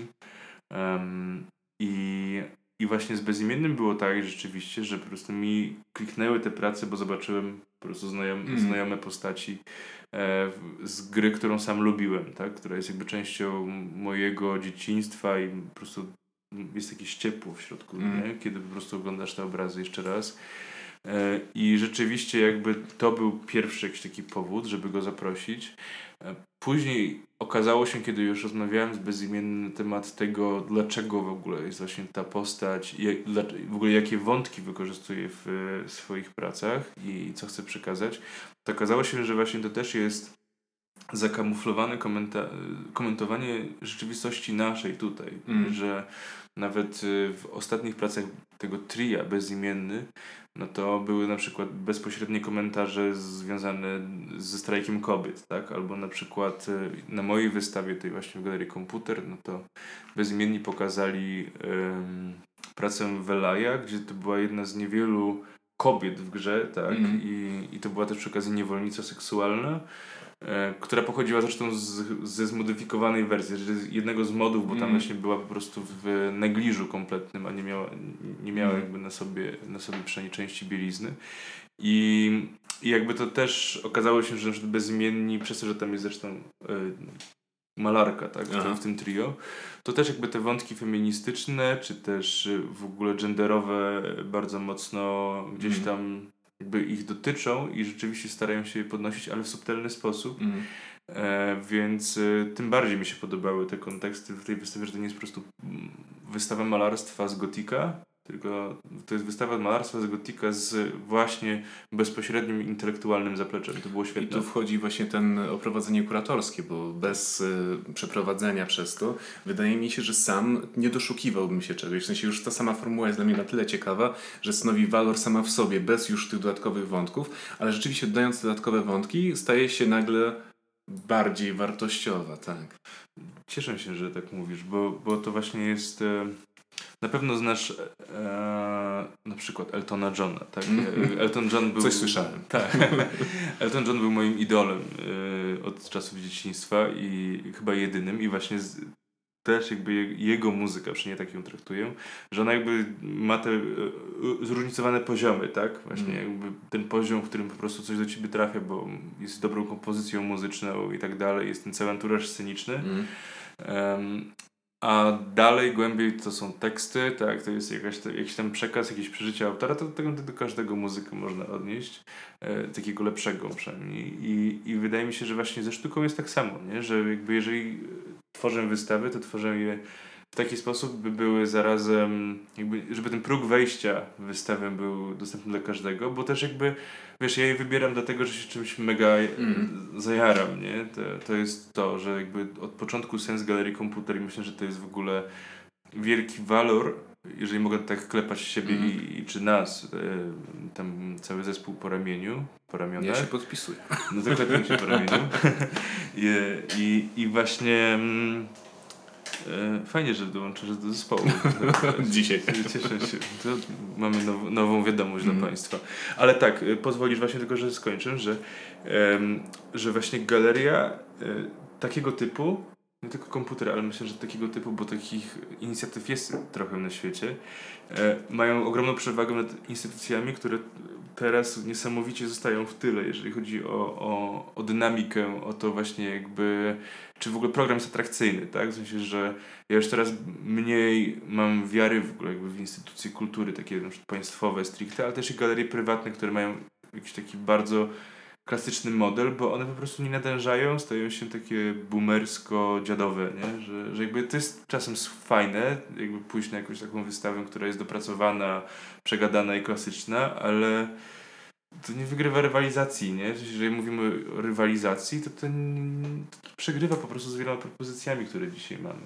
Um, i, I właśnie z Bezimiennym było tak rzeczywiście, że po prostu mi kliknęły te prace, bo zobaczyłem po prostu znajom, Mm. znajome postaci e, z gry, którą sam lubiłem, tak? Która jest jakby częścią mojego dzieciństwa i po prostu jest jakieś ciepło w środku, Mm. nie? Kiedy po prostu oglądasz te obrazy jeszcze raz. E, I rzeczywiście jakby to był pierwszy jakiś taki powód, żeby go zaprosić. E, Później okazało się, kiedy już rozmawiałem z Bezimiennym na temat tego, dlaczego w ogóle jest właśnie ta postać i jak- dla- w ogóle jakie wątki wykorzystuje w e, swoich pracach i co chce przekazać, to okazało się, że właśnie to też jest zakamuflowane komenta- komentowanie rzeczywistości naszej tutaj, Mm. że nawet y, w ostatnich pracach tego tria Bezimienny, no to były na przykład bezpośrednie komentarze związane ze strajkiem kobiet, tak? Albo na przykład y, na mojej wystawie, tej właśnie w Galerii Komputer, no to Bezimienni pokazali ym, pracę Velaja, gdzie to była jedna z niewielu kobiet w grze, tak? Mm. I, I to była też przy okazji niewolnica seksualna, e, która pochodziła zresztą z, ze zmodyfikowanej wersji, że z jednego z modów, bo tam Mm. właśnie była po prostu w negliżu kompletnym, a nie miała, nie miała Mm. jakby na sobie, na sobie przynajmniej części bielizny. I, I jakby to też okazało się, że Bezimienni, przez to, że tam jest zresztą e, malarka, tak, w tym, w tym trio, to też jakby te wątki feministyczne, czy też y, w ogóle genderowe bardzo mocno gdzieś Mm. tam jakby ich dotyczą i rzeczywiście starają się je podnosić, ale w subtelny sposób. Mm. E, więc y, tym bardziej mi się podobały te konteksty w tej wystawie, że to nie jest po prostu mm, wystawa malarstwa z gotika, tylko to jest wystawa malarstwa z gotika z właśnie bezpośrednim intelektualnym zapleczem. To było I świetne. tu wchodzi właśnie ten oprowadzenie kuratorskie, bo bez y, przeprowadzenia przez to wydaje mi się, że sam nie doszukiwałbym się czegoś. W sensie już ta sama formuła jest dla mnie na tyle ciekawa, że stanowi walor sama w sobie, bez już tych dodatkowych wątków, ale rzeczywiście dodając dodatkowe wątki staje się nagle bardziej wartościowa, tak. Cieszę się, że tak mówisz, bo, bo to właśnie jest... E, na pewno znasz e, na przykład Eltona Johna, tak? E, Elton John był... Coś słyszałem. Tak. Elton John był moim idolem e, od czasów dzieciństwa i chyba jedynym i właśnie z, też jakby je, jego muzyka, przynajmniej tak ją traktuję, że ona jakby ma te e, zróżnicowane poziomy, tak? Właśnie Mm. jakby ten poziom, w którym po prostu coś do ciebie trafia, bo jest dobrą kompozycją muzyczną i tak dalej, jest ten cały anturaż sceniczny. Mm. Um, a dalej, głębiej to są teksty, tak, to jest jakaś, to, jakiś tam przekaz, jakieś przeżycie autora, to tego do każdego muzyka można odnieść, e, takiego lepszego przynajmniej. I, I wydaje mi się, że właśnie ze sztuką jest tak samo, nie? Że jakby jeżeli tworzę wystawy, to tworzę je w taki sposób, by były zarazem, jakby, żeby ten próg wejścia w wystawę był dostępny dla każdego, bo też jakby, wiesz, ja je wybieram dlatego, że się czymś mega Mm. zajaram, nie? To, to jest to, że jakby od początku sens Galerii Komputer i myślę, że to jest w ogóle wielki walor, jeżeli mogę tak klepać siebie Mm. i, i czy nas, e, tam cały zespół po ramieniu, po ramionach. Ja się podpisuję. No to klepię się po ramieniu. I, i, I właśnie mm, e, fajnie, że dołączysz do zespołu. Dzisiaj. Cieszę się. To mamy now, nową wiadomość Mm. dla Państwa. Ale tak, e, pozwolisz właśnie tylko, że skończę, że, em, że właśnie galeria e, takiego typu, nie tylko komputer, ale myślę, że takiego typu, bo takich inicjatyw jest trochę na świecie, e, mają ogromną przewagę nad instytucjami, które teraz niesamowicie zostają w tyle, jeżeli chodzi o, o, o dynamikę, o to właśnie jakby, czy w ogóle program jest atrakcyjny, tak? W sensie, że ja już teraz mniej mam wiary w ogóle jakby w instytucje kultury, takie na przykład państwowe stricte, ale też i galerie prywatne, które mają jakiś taki bardzo klasyczny model, bo one po prostu nie nadążają, stają się takie boomersko-dziadowe, nie? Że, że jakby to jest czasem fajne, jakby pójść na jakąś taką wystawę, która jest dopracowana, przegadana i klasyczna, ale to nie wygrywa rywalizacji, nie? Jeżeli mówimy o rywalizacji, to to, nie, to przegrywa po prostu z wieloma propozycjami, które dzisiaj mamy.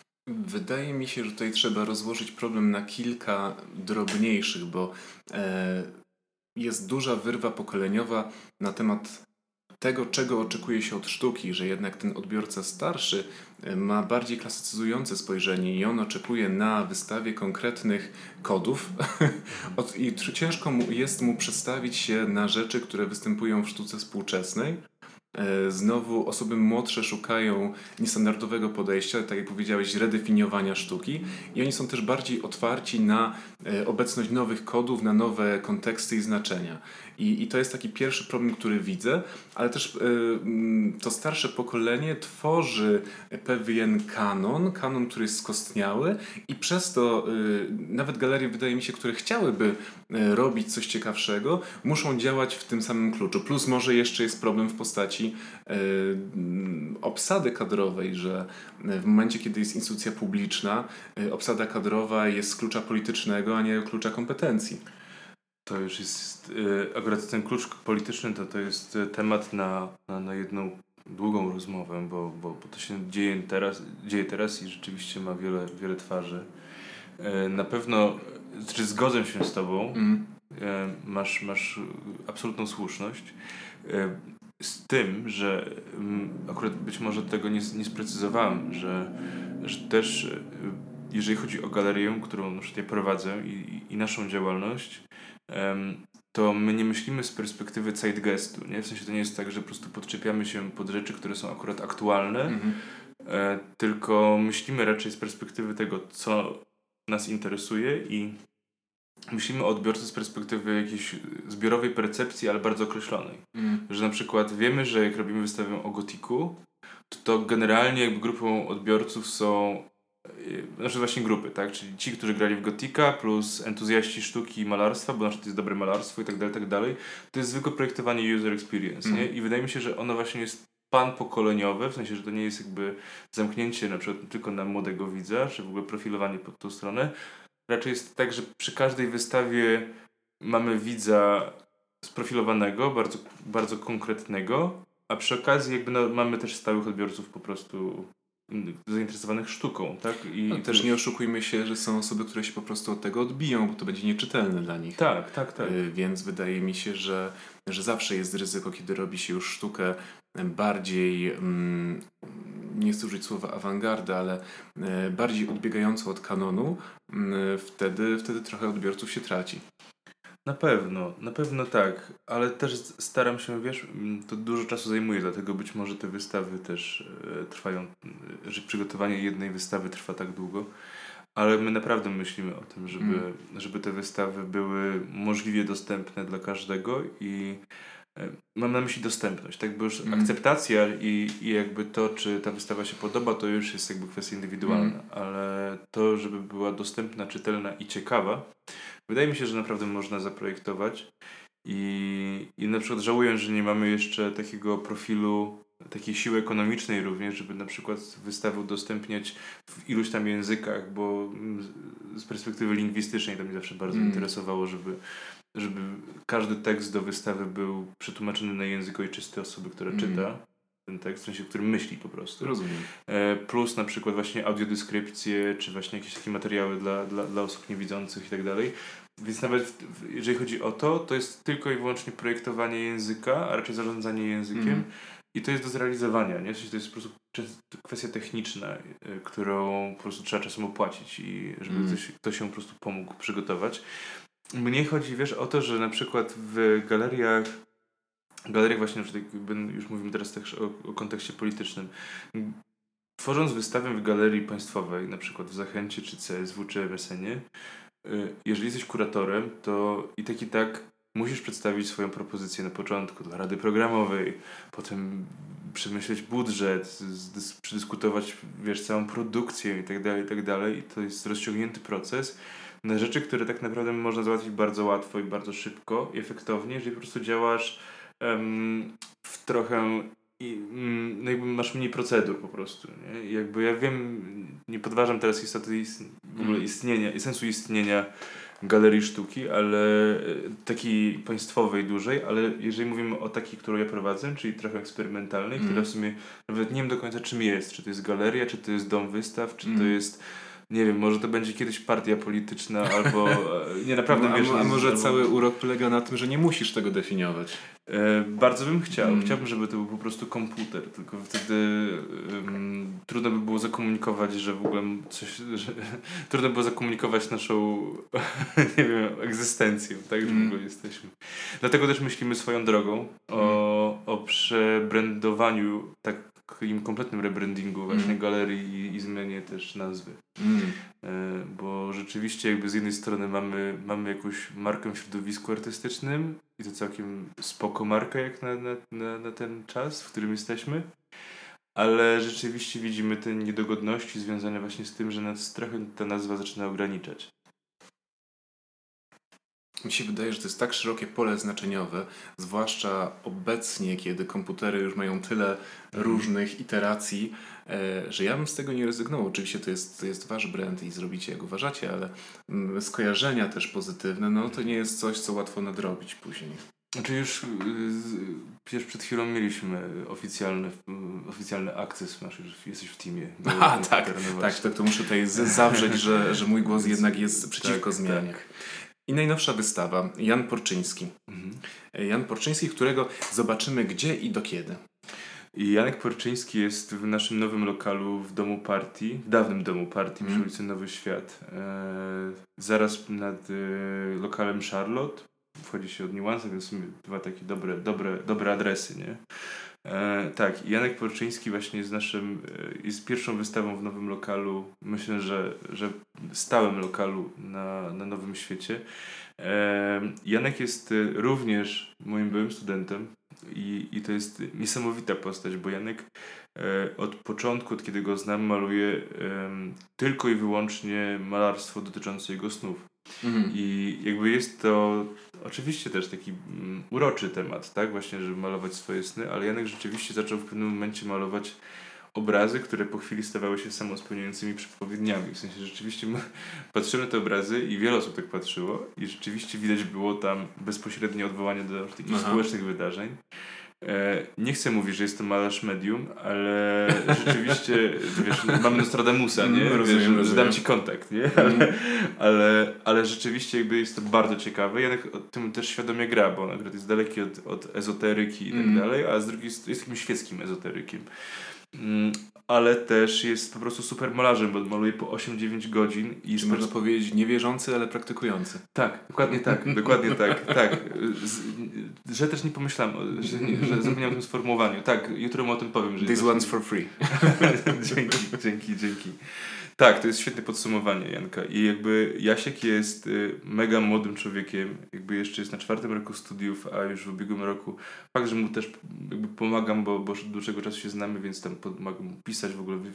Wydaje mi się, że tutaj trzeba rozłożyć problem na kilka drobniejszych, bo e, jest duża wyrwa pokoleniowa na temat tego, czego oczekuje się od sztuki, że jednak ten odbiorca starszy e, ma bardziej klasycyzujące spojrzenie i on oczekuje na wystawie konkretnych kodów Od- i tr- ciężko mu jest mu przestawić się na rzeczy, które występują w sztuce współczesnej. E, Znowu osoby młodsze szukają niestandardowego podejścia, tak jak powiedziałeś, redefiniowania sztuki i oni są też bardziej otwarci na e, obecność nowych kodów, na nowe konteksty i znaczenia. I, i to jest taki pierwszy problem, który widzę, ale też e, mm, to starsze pokolenie tworzy pewien kanon, kanon, który jest skostniały i przez to e, nawet galerie, wydaje mi się, które chciałyby e, robić coś ciekawszego, muszą działać w tym samym kluczu. Plus może jeszcze jest problem w postaci e, mm, obsady kadrowej, że w momencie, kiedy jest instytucja publiczna, e, obsada kadrowa jest z klucza politycznego, a nie klucza kompetencji. To już jest, y, akurat ten klucz polityczny to, to jest y, temat na, na, na jedną długą rozmowę, bo, bo, bo to się dzieje teraz, dzieje teraz i rzeczywiście ma wiele, wiele twarzy. Y, na pewno, czy zgodzę się z tobą, Mm. y, masz, masz absolutną słuszność. Y, z tym, że mm, akurat być może tego nie, nie sprecyzowałem, że, że też y, jeżeli chodzi o galerię, którą na przykład ja prowadzę i, i, i naszą działalność, em, to my nie myślimy z perspektywy zeitgestu, nie? W sensie to nie jest tak, że po prostu podczepiamy się pod rzeczy, które są akurat aktualne, Mhm. e, tylko myślimy raczej z perspektywy tego, co nas interesuje i myślimy o odbiorcy z perspektywy jakiejś zbiorowej percepcji, ale bardzo określonej. Mm. Że na przykład wiemy, że jak robimy wystawę o gotiku, to, to generalnie jakby grupą odbiorców są yy, znaczy właśnie grupy, tak? Czyli ci, którzy grali w gotika plus entuzjaści sztuki i malarstwa, bo na przykład to jest dobre malarstwo i tak dalej, tak dalej. To jest zwykłe projektowanie user experience, Mm. nie? I wydaje mi się, że ono właśnie jest panpokoleniowe, w sensie, że to nie jest jakby zamknięcie na przykład tylko na młodego widza, czy w ogóle profilowanie pod tą stronę. Raczej jest tak, że przy każdej wystawie mamy widza sprofilowanego, bardzo, bardzo konkretnego, a przy okazji jakby no, mamy też stałych odbiorców po prostu mm, zainteresowanych sztuką, tak? I No, też nie oszukujmy się, że są osoby, które się po prostu od tego odbiją, bo to będzie nieczytelne dla nich. Tak, tak, tak. Y, Więc wydaje mi się, że, że zawsze jest ryzyko, kiedy robi się już sztukę bardziej, mm, nie chcę użyć słowa awangardy, ale e, bardziej odbiegającą od kanonu, mm, wtedy, wtedy trochę odbiorców się traci. Na pewno, na pewno tak, ale też staram się, wiesz, mm, to dużo czasu zajmuje, dlatego być może te wystawy też e, trwają, e, że przygotowanie jednej wystawy trwa tak długo, ale my naprawdę myślimy o tym, żeby, Mm. żeby te wystawy były możliwie dostępne dla każdego i e, mam na myśli dostępność, tak, bo już Mm. akceptacja i, i jakby to, czy ta wystawa się podoba, to już jest jakby kwestia indywidualna, Mm. ale to, żeby była dostępna, czytelna i ciekawa, wydaje mi się, że naprawdę można zaprojektować i, i na przykład żałuję, że nie mamy jeszcze takiego profilu, takiej siły ekonomicznej również, żeby na przykład wystawy udostępniać w iluś tam językach, bo mm, z- z perspektywy lingwistycznej to mnie zawsze bardzo Mm. interesowało, żeby, żeby każdy tekst do wystawy był przetłumaczony na język ojczysty osoby, która Mm. czyta ten tekst, w sensie, w którym myśli po prostu. Rozumiem. E, Plus na przykład właśnie audiodeskrypcje, czy właśnie jakieś takie materiały dla, dla, dla osób niewidzących i tak dalej. Więc nawet w, w, jeżeli chodzi o to, to jest tylko i wyłącznie projektowanie języka, a raczej zarządzanie językiem. Mhm. I to jest do zrealizowania, nie? W sensie to jest po prostu czas- kwestia techniczna, y, którą po prostu trzeba czasem opłacić i żeby Mm. ktoś, ktoś się po prostu pomógł przygotować. Mnie chodzi, wiesz, o to, że na przykład w galeriach galeriach właśnie, że jakby już mówimy teraz też o, o kontekście politycznym. Tworząc wystawę w galerii państwowej, na przykład w Zachęcie, czy C S W, czy M S N-ie, y, jeżeli jesteś kuratorem, to i tak i tak musisz przedstawić swoją propozycję na początku dla Rady Programowej, potem przemyśleć budżet, zdys- przedyskutować, wiesz, całą produkcję i tak dalej, i tak dalej. I to jest rozciągnięty proces na rzeczy, które tak naprawdę można załatwić bardzo łatwo i bardzo szybko i efektownie, jeżeli po prostu działasz um, w trochę i, no jakby masz mniej procedur po prostu, nie? I jakby ja wiem, nie podważam teraz istoty w ogóle istnienia i sensu istnienia galerii sztuki, ale takiej państwowej, dużej, ale jeżeli mówimy o takiej, którą ja prowadzę, czyli trochę eksperymentalnej, mm. która w sumie nawet nie wiem do końca czym jest, czy to jest galeria, czy to jest dom wystaw, czy mm. to jest, nie wiem, może to będzie kiedyś partia polityczna, albo nie naprawdę no, wiesz. A, a może albo... cały urok polega na tym, że nie musisz tego definiować. E, bardzo bym chciał. Mm. Chciałbym, żeby to był po prostu komputer, tylko wtedy um, trudno by było zakomunikować, że w ogóle coś, że, trudno było zakomunikować naszą nie wiem, egzystencję, tak, że mm. w ogóle jesteśmy. Dlatego też myślimy swoją drogą o, mm. o przebrandowaniu, takim kompletnym rebrandingu właśnie mm. galerii i, i zmianie też nazwy. Mm. E, bo rzeczywiście jakby z jednej strony mamy, mamy jakąś markę w środowisku artystycznym i to całkiem spoko marka jak na, na, na, na ten czas, w którym jesteśmy, ale rzeczywiście widzimy te niedogodności związane właśnie z tym, że nas trochę ta nazwa zaczyna ograniczać. Mi się wydaje, że to jest tak szerokie pole znaczeniowe, zwłaszcza obecnie, kiedy komputery już mają tyle mm. różnych iteracji, e, że ja bym z tego nie rezygnował. Oczywiście to jest, to jest wasz brand i zrobicie jak uważacie, ale mm, skojarzenia też pozytywne, no to nie jest coś, co łatwo nadrobić później. Znaczy już yy, przecież przed chwilą mieliśmy oficjalny, oficjalny akces, masz już jesteś w teamie. A, tak, tak, tak, to muszę tutaj z- zawrzeć, że, że mój głos jednak jest przeciwko tak, zmianie. Tak. I najnowsza wystawa, Jan Porczyński. Mhm. Jan Porczyński, którego zobaczymy gdzie i do kiedy. I Janek Porczyński jest w naszym nowym lokalu w Domu Partii, w dawnym Domu Partii mm. przy ulicy Nowy Świat. E, zaraz nad e, lokalem Charlotte. Wchodzi się od niuansów, więc są dwa takie dobre, dobre, dobre adresy, nie? E, tak, Janek Porczyński właśnie jest naszym, e, jest pierwszą wystawą w nowym lokalu, myślę, że, że stałym lokalu na, na Nowym Świecie. E, Janek jest również moim byłym studentem i, i to jest niesamowita postać, bo Janek e, od początku, od kiedy go znam, maluje e, tylko i wyłącznie malarstwo dotyczące jego snów. Mhm. I jakby jest to oczywiście też taki um, uroczy temat, tak? Właśnie, żeby malować swoje sny, ale Janek rzeczywiście zaczął w pewnym momencie malować obrazy, które po chwili stawały się samospełniającymi przepowiedniami. W sensie rzeczywiście my patrzymy na te obrazy i wiele osób tak patrzyło i rzeczywiście widać było tam bezpośrednie odwołanie do takich Aha. społecznych wydarzeń. E, nie chcę mówić, że jestem malarz medium, ale rzeczywiście, wiesz, mamy Nostradamusa, nie? Mm, rozumiem, wiesz, rozumiem. że dam ci kontakt, nie? Ale, ale, ale rzeczywiście jakby jest to bardzo ciekawe. Janek o tym też świadomie gra, bo on akurat jest daleki od, od ezoteryki i tak mm. dalej, a z drugiej strony jest takim świeckim ezoterykiem. Mm, ale też jest po prostu super malarzem, bo maluje po osiem dziewięć godzin. I Czy można prostu... powiedzieć niewierzący, ale praktykujący. Tak, dokładnie tak, dokładnie tak, tak. Z, że też nie pomyślałem, że, nie, że zapomniałem o tym sformułowaniu. Tak, jutro mu o tym powiem. Że This one's for free. dzięki, dzięki, dzięki. Tak, to jest świetne podsumowanie Janka i jakby Jasiek jest y, mega młodym człowiekiem, jakby jeszcze jest na czwartym roku studiów, a już w ubiegłym roku fakt, że mu też jakby pomagam, bo, bo dłuższego czasu się znamy, więc tam pomagam mu pisać w ogóle, w,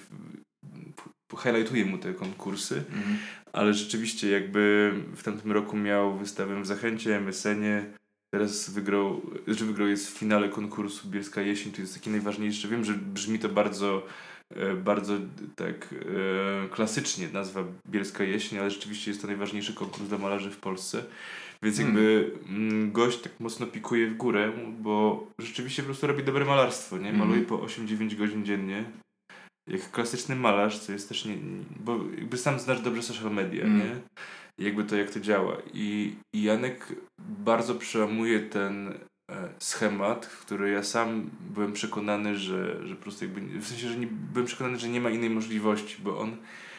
w, highlightuję mu te konkursy, mhm. ale rzeczywiście jakby w tamtym roku miał wystawę w Zachęcie, em es enie, teraz wygrał, że wygrał jest w finale konkursu Bielska Jesień, to jest taki najważniejszy, wiem, że brzmi to bardzo bardzo tak e, klasycznie nazwa Bielska Jesień, ale rzeczywiście jest to najważniejszy konkurs dla malarzy w Polsce. Więc jakby hmm. gość tak mocno pikuje w górę, bo rzeczywiście po prostu robi dobre malarstwo, nie? Maluje hmm. po osiem dziewięć godzin dziennie. Jak klasyczny malarz, co jest też nie... Bo jakby sam znasz dobrze social media, hmm. nie? I jakby to jak to działa. I, i Janek bardzo przełamuje ten schemat, w który ja sam byłem przekonany, że, że po prostu jakby, w sensie, że nie, byłem przekonany, że nie ma innej możliwości, bo on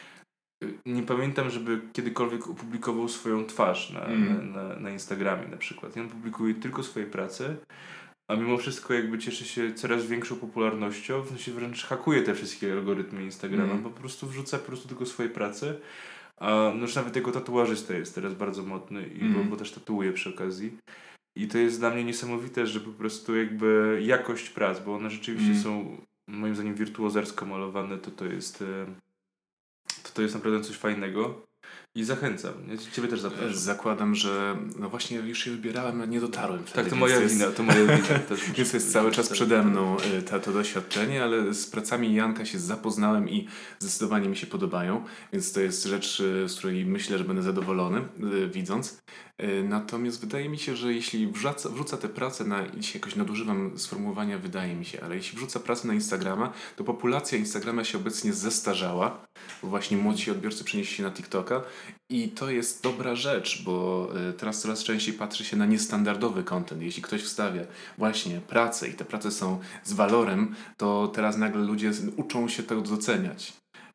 nie pamiętam, żeby kiedykolwiek opublikował swoją twarz na, mm. na, na, na Instagramie na przykład. I on publikuje tylko swoje prace, a mimo wszystko jakby cieszy się coraz większą popularnością, w sensie wręcz hakuje te wszystkie algorytmy Instagrama, mm. bo po prostu wrzuca po prostu tylko swoje prace, a no już nawet jego tatuażysta jest teraz bardzo modny, i mm. bo, bo też tatuuje przy okazji. I to jest dla mnie niesamowite, że po prostu jakby jakość prac, bo one rzeczywiście mm. są moim zdaniem wirtuozersko malowane, to to jest to to jest naprawdę coś fajnego. I zachęcam. Ja ciebie też zapraszam. Zakładam, że no właśnie już je wybierałem, a nie dotarłem wtedy. Tak, to moja jest, wina. To moja wina. Też więc jest cały czas przede mną to, to doświadczenie, ale z pracami Janka się zapoznałem i zdecydowanie mi się podobają, więc to jest rzecz, z której myślę, że będę zadowolony widząc. Natomiast wydaje mi się, że jeśli wrzuca, wrzuca te prace na, dzisiaj jakoś nadużywam sformułowania wydaje mi się, ale jeśli wrzuca pracę na Instagrama, to populacja Instagrama się obecnie zestarzała, bo właśnie młodsi odbiorcy przenieśli się na TikToka i to jest dobra rzecz, bo teraz coraz częściej patrzy się na niestandardowy content. Jeśli ktoś wstawia właśnie pracę i te prace są z walorem, to teraz nagle ludzie uczą się tego doceniać.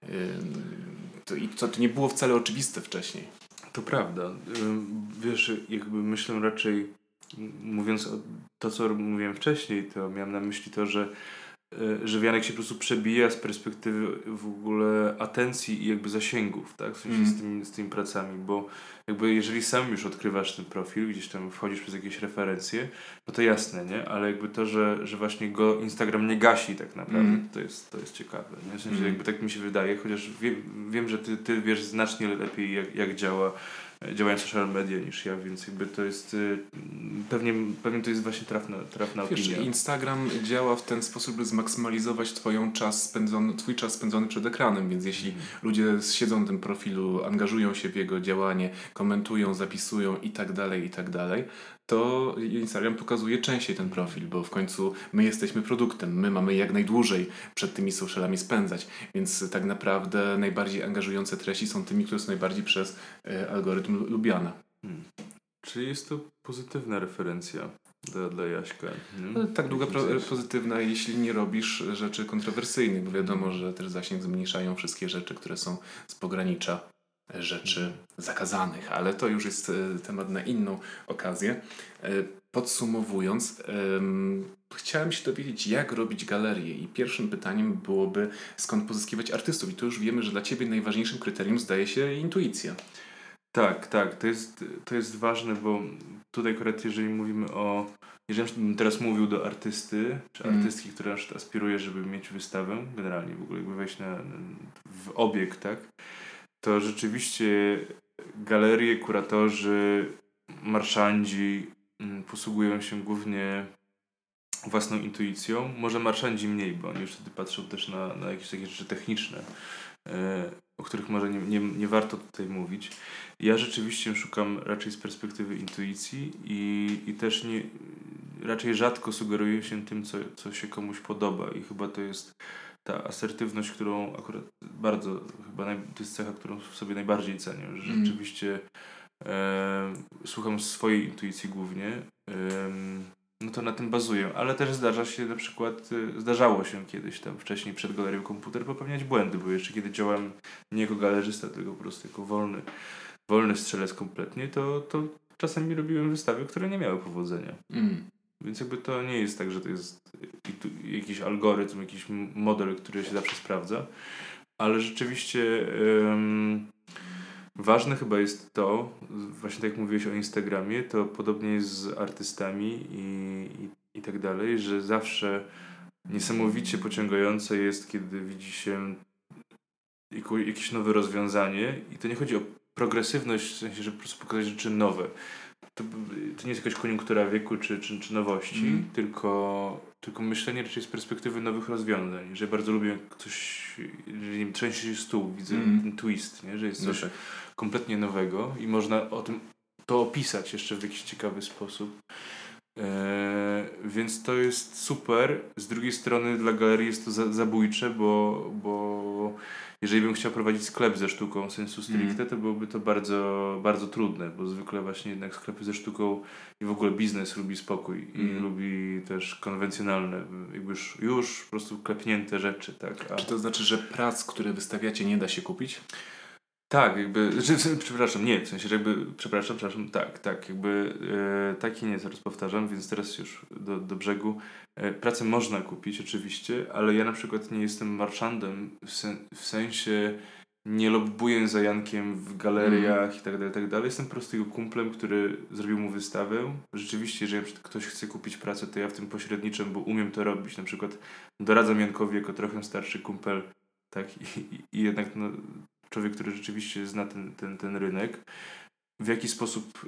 To, I to, to nie było wcale oczywiste wcześniej. To prawda. Wiesz, jakby myślę raczej, mówiąc o to, co mówiłem wcześniej, to miałem na myśli to, że że Janek się po prostu przebija z perspektywy w ogóle atencji i jakby zasięgów, tak? W sensie mm. z, tymi, z tymi pracami, bo jakby jeżeli sam już odkrywasz ten profil, gdzieś tam wchodzisz przez jakieś referencje, no to jasne, nie? Ale jakby to, że, że właśnie go Instagram nie gasi tak naprawdę, mm. to, jest, to jest ciekawe, nie? W sensie mm. jakby tak mi się wydaje, chociaż wiem, wiem że ty, ty wiesz znacznie lepiej jak, jak działa działają social media niż ja, więc jakby to jest pewnie, pewnie to jest właśnie trafna, trafna Wiesz, opinia. Instagram działa w ten sposób, by zmaksymalizować twoją czas spędzony, twój czas spędzony przed ekranem, więc jeśli mm. ludzie siedzą na tym profilu, angażują się w jego działanie, komentują, zapisują i tak dalej, i tak dalej, to Instagram pokazuje częściej ten profil, bo w końcu my jesteśmy produktem, my mamy jak najdłużej przed tymi socialami spędzać, więc tak naprawdę najbardziej angażujące treści są tymi, które są najbardziej przez e, algorytm lubiane. Hmm. Czyli jest to pozytywna referencja dla, dla Jaśka. Nie? Tak długa pro, pozytywna, jeśli nie robisz rzeczy kontrowersyjnych, bo wiadomo, że też zasięg zmniejszają wszystkie rzeczy, które są z pogranicza rzeczy zakazanych, ale to już jest e, temat na inną okazję. E, podsumowując, e, chciałem się dowiedzieć, jak robić galerię i pierwszym pytaniem byłoby, skąd pozyskiwać artystów i tu już wiemy, że dla ciebie najważniejszym kryterium zdaje się intuicja. Tak, tak, to jest, to jest ważne, bo tutaj akurat jeżeli mówimy o, jeżeli bym teraz mówił do artysty, czy artystki, mm. która aspiruje, żeby mieć wystawę, generalnie w ogóle jakby wejść na, w obieg, tak, to rzeczywiście galerie, kuratorzy, marszandzi mm, posługują się głównie własną intuicją. Może marszandzi mniej, bo oni już wtedy patrzą też na, na jakieś takie rzeczy techniczne, e, o których może nie, nie, nie warto tutaj mówić. Ja rzeczywiście szukam raczej z perspektywy intuicji i, i też nie, raczej rzadko sugeruję się tym, co, co się komuś podoba i chyba to jest ta asertywność, którą akurat bardzo, chyba naj, to jest cecha, którą w sobie najbardziej cenię, że mm. rzeczywiście e, słucham swojej intuicji głównie, e, no to na tym bazuję, ale też zdarza się na przykład, e, zdarzało się kiedyś tam wcześniej przed galerią komputer popełniać błędy, bo jeszcze kiedy działałem nie jako galerzysta, tylko po prostu jako wolny, wolny strzelec kompletnie, to, to czasami robiłem wystawy, które nie miały powodzenia. Mm. Więc jakby to nie jest tak, że to jest jakiś algorytm, jakiś model, który się zawsze sprawdza, ale rzeczywiście um, ważne chyba jest to, właśnie tak jak mówiłeś o Instagramie, to podobnie jest z artystami i, i, i tak dalej, że zawsze niesamowicie pociągające jest, kiedy widzi się jakieś nowe rozwiązanie i to nie chodzi o progresywność, w sensie, żeby po prostu pokazać rzeczy nowe. To, to nie jest jakaś koniunktura wieku czy, czy, czy nowości, mm. tylko, tylko myślenie raczej z perspektywy nowych rozwiązań. Że bardzo lubię jak coś, jeżeli trzęsie się stół, widzę mm. ten twist, nie? Że jest coś no tak. kompletnie nowego i można o tym to opisać jeszcze w jakiś ciekawy sposób. Eee, więc to jest super. Z drugiej strony dla galerii jest to za, zabójcze, bo, bo jeżeli bym chciał prowadzić sklep ze sztuką sensu stricte, mm. to byłoby to bardzo, bardzo trudne, bo zwykle właśnie jednak sklepy ze sztuką i w ogóle biznes lubi spokój mm. i lubi też konwencjonalne, jakby już, już po prostu klepnięte rzeczy. Tak? A... Czy to znaczy, że prac, które wystawiacie, nie da się kupić? Tak, jakby, że, przepraszam, nie, w sensie, że jakby, przepraszam, przepraszam, tak, tak, jakby e, tak i nie, zaraz powtarzam, więc teraz już do, do brzegu. E, pracę można kupić oczywiście, ale ja na przykład nie jestem marszandem, w, sen, w sensie nie lobbuję za Jankiem w galeriach mm. i tak dalej, i tak dalej. Jestem po prostu jego kumplem, który zrobił mu wystawę. Rzeczywiście, jeżeli ktoś chce kupić pracę, to ja w tym pośredniczę, bo umiem to robić. Na przykład doradzam Jankowi jako trochę starszy kumpel, tak, i, i, i jednak no, człowiek, który rzeczywiście zna ten, ten, ten rynek, w jaki sposób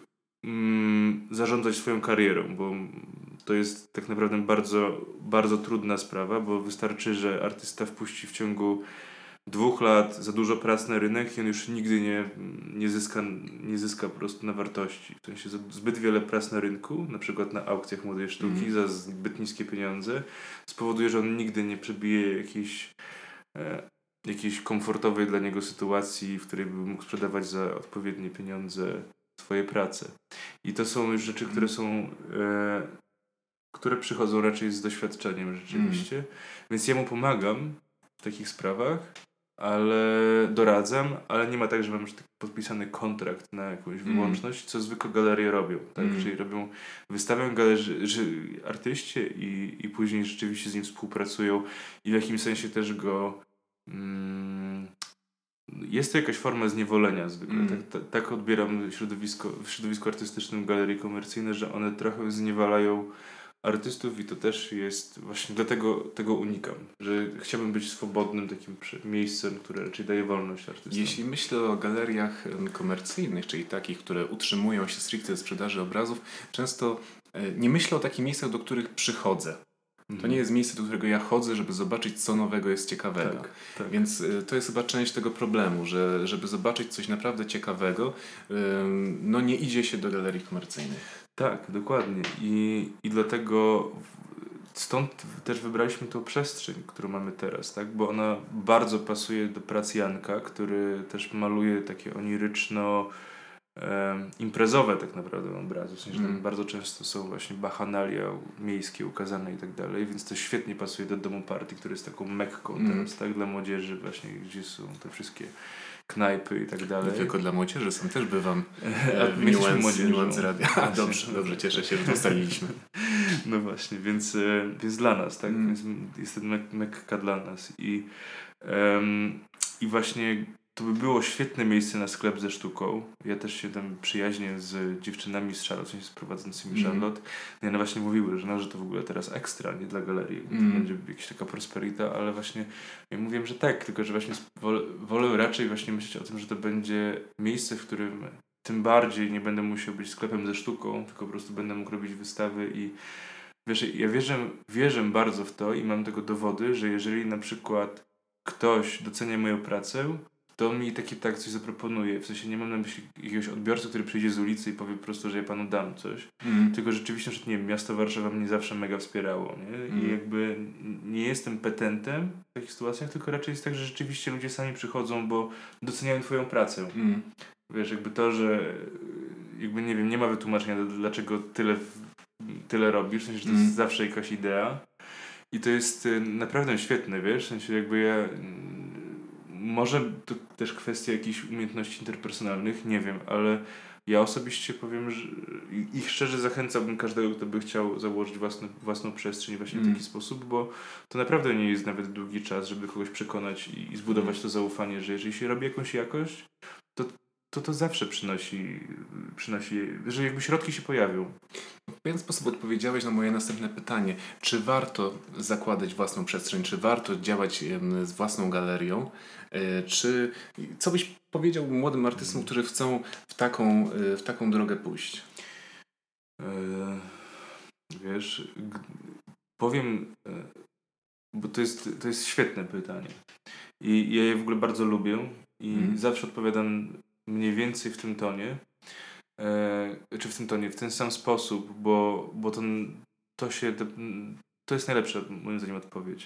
mm, zarządzać swoją karierą, bo to jest tak naprawdę bardzo, bardzo trudna sprawa, bo wystarczy, że artysta wpuści w ciągu dwóch lat za dużo prac na rynek i on już nigdy nie, nie, zyska, nie zyska po prostu na wartości. W sensie zbyt wiele prac na rynku, na przykład na aukcjach młodej sztuki mm. za zbyt niskie pieniądze, spowoduje, że on nigdy nie przebije jakiejś, e, jakiejś komfortowej dla niego sytuacji, w której by mógł sprzedawać za odpowiednie pieniądze swoje prace. I to są już rzeczy, które są e, które przychodzą raczej z doświadczeniem rzeczywiście. Mm. Więc ja mu pomagam w takich sprawach, ale doradzam, ale nie ma tak, że mam już podpisany kontrakt na jakąś mm. wyłączność, co zwykle galerie robią. Tak? Mm. Czyli robią, wystawiają galerzy, że artyście i, i później rzeczywiście z nim współpracują i w jakimś sensie też go mm, jest to jakaś forma zniewolenia zwykle. Mm. Tak, tak, tak odbieram środowisko, w środowisku artystycznym galerii komercyjne, że one trochę zniewalają artystów i to też jest właśnie dlatego tego unikam, że chciałbym być swobodnym takim miejscem, które raczej daje wolność artystom. Jeśli myślę o galeriach komercyjnych, czyli takich, które utrzymują się stricte ze sprzedaży obrazów, często nie myślę o takich miejscach, do których przychodzę. To nie jest miejsce, do którego ja chodzę, żeby zobaczyć, co nowego jest ciekawego. Tak, tak. Więc y, to jest chyba część tego problemu, że żeby zobaczyć coś naprawdę ciekawego, y, no nie idzie się do galerii komercyjnych. Tak, dokładnie. I, i dlatego stąd też wybraliśmy tą przestrzeń, którą mamy teraz, tak? Bo ona bardzo pasuje do prac Janka, który też maluje takie oniryczno e, imprezowe tak naprawdę obrazy. W sensie mm. tam bardzo często są właśnie bachanalia miejskie ukazane i tak dalej, więc to świetnie pasuje do domu partii, który jest taką mekką mm. teraz, tak? Dla młodzieży właśnie, gdzie są te wszystkie knajpy i tak dalej. Nie tylko dla młodzieży, sam też bywam e, niuans, niuans radia. A, dobrze, dobrze, cieszę się, że to ustaliliśmy. No właśnie, więc, e, więc dla nas, tak? Mm. Więc jest to mek- mekka dla nas. I, um, I właśnie to by było świetne miejsce na sklep ze sztuką. Ja też się tam przyjaźnię z dziewczynami z Charlotte, w sensie z prowadzącymi mm. Charlotte. No i one właśnie mówiły, że, no, że to w ogóle teraz ekstra, nie dla galerii. Mm. To będzie jakaś taka prosperita, ale właśnie ja mówiłem, że tak, tylko że właśnie wolę, wolę raczej właśnie myśleć o tym, że to będzie miejsce, w którym tym bardziej nie będę musiał być sklepem ze sztuką, tylko po prostu będę mógł robić wystawy i wiesz, ja wierzę, wierzę bardzo w to i mam tego dowody, że jeżeli na przykład ktoś docenia moją pracę, to on mi taki tak coś zaproponuje. W sensie nie mam na myśli jakiegoś odbiorcy, który przyjdzie z ulicy i powie po prostu, że ja panu dam coś. Mm. Tylko rzeczywiście, że nie wiem, miasto Warszawa mnie zawsze mega wspierało. Nie? Mm. I jakby nie jestem petentem w takich sytuacjach, tylko raczej jest tak, że rzeczywiście ludzie sami przychodzą, bo doceniają twoją pracę. Mm. Wiesz, jakby to, że jakby nie wiem, nie ma wytłumaczenia, dlaczego tyle, tyle robisz. W sensie, że to mm. jest zawsze jakaś idea. I to jest naprawdę świetne, wiesz? W sensie jakby ja... Może to też kwestia jakichś umiejętności interpersonalnych, nie wiem, ale ja osobiście powiem, że i szczerze zachęcałbym każdego, kto by chciał założyć własny, własną przestrzeń właśnie mm. w taki sposób, bo to naprawdę nie jest nawet długi czas, żeby kogoś przekonać i, i zbudować to zaufanie, że jeżeli się robi jakąś jakość, to to, to zawsze przynosi, przynosi, że jakby środki się pojawią. W pewien sposób odpowiedziałeś na moje następne pytanie. Czy warto zakładać własną przestrzeń? Czy warto działać z własną galerią? Czy co byś powiedział młodym artystom, którzy chcą w taką, w taką drogę pójść? Eee, wiesz, g- powiem, e, bo to jest, to jest świetne pytanie. I ja je w ogóle bardzo lubię i hmm. zawsze odpowiadam mniej więcej w tym tonie. E, czy w tym tonie, w ten sam sposób, bo, bo to, to się, to, to jest najlepsza moim zdaniem odpowiedź.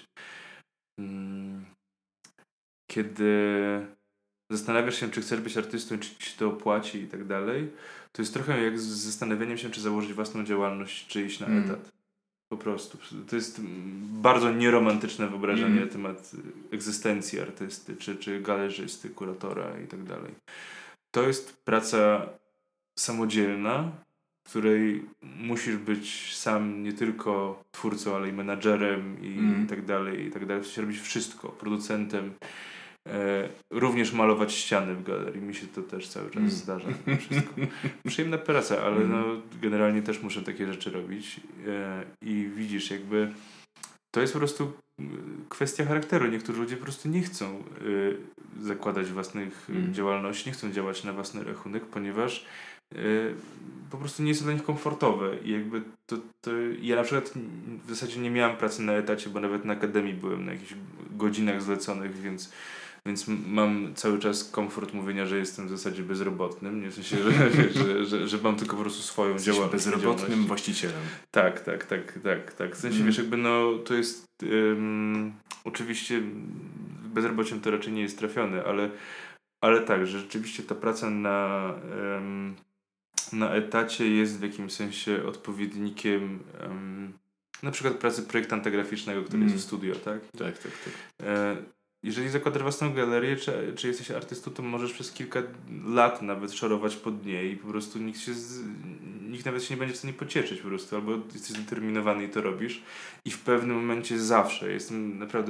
Kiedy zastanawiasz się, czy chcesz być artystą, czy ci to opłaci i tak dalej, to jest trochę jak z zastanawianiem się, czy założyć własną działalność, czy iść na mm. etat. Po prostu. To jest bardzo nieromantyczne wyobrażenie mm. na temat egzystencji artysty, czy, czy galerzysty, kuratora i tak dalej. To jest praca samodzielna, w której musisz być sam nie tylko twórcą, ale i menadżerem i, mm. i tak dalej, i tak dalej. Chcesz robić wszystko, producentem. E, również malować ściany w galerii. Mi się to też cały czas mm. zdarza. Wszystko. Przyjemna praca, ale mm. no, generalnie też muszę takie rzeczy robić. E, I widzisz, jakby to jest po prostu kwestia charakteru. Niektórzy ludzie po prostu nie chcą y, zakładać własnych mm. działalności, nie chcą działać na własny rachunek, ponieważ y, po prostu nie jest to dla nich komfortowe. I jakby to, to ja na przykład w zasadzie nie miałem pracy na etacie, bo nawet na akademii byłem na jakichś godzinach zleconych, więc Więc mam cały czas komfort mówienia, że jestem w zasadzie bezrobotnym. Nie w sensie, że, że, że, że mam tylko po prostu swoją działalność. Bezrobotnym właścicielem. Tak, tak, tak, tak, tak. W sensie, mm. wiesz, jakby no to jest um, oczywiście bezrobociem to raczej nie jest trafione, ale, ale tak, że rzeczywiście ta praca na, um, na etacie jest w jakimś sensie odpowiednikiem um, na przykład pracy projektanta graficznego, który mm. jest w studio, tak? Tak, tak, tak. E, Jeżeli zakładasz własną galerię, czy, czy jesteś artystą, to możesz przez kilka lat nawet szorować po dnie i po prostu nikt się z, nikt nawet się nie będzie w stanie pocieszyć po prostu, albo jesteś zdeterminowany i to robisz i w pewnym momencie zawsze jestem naprawdę,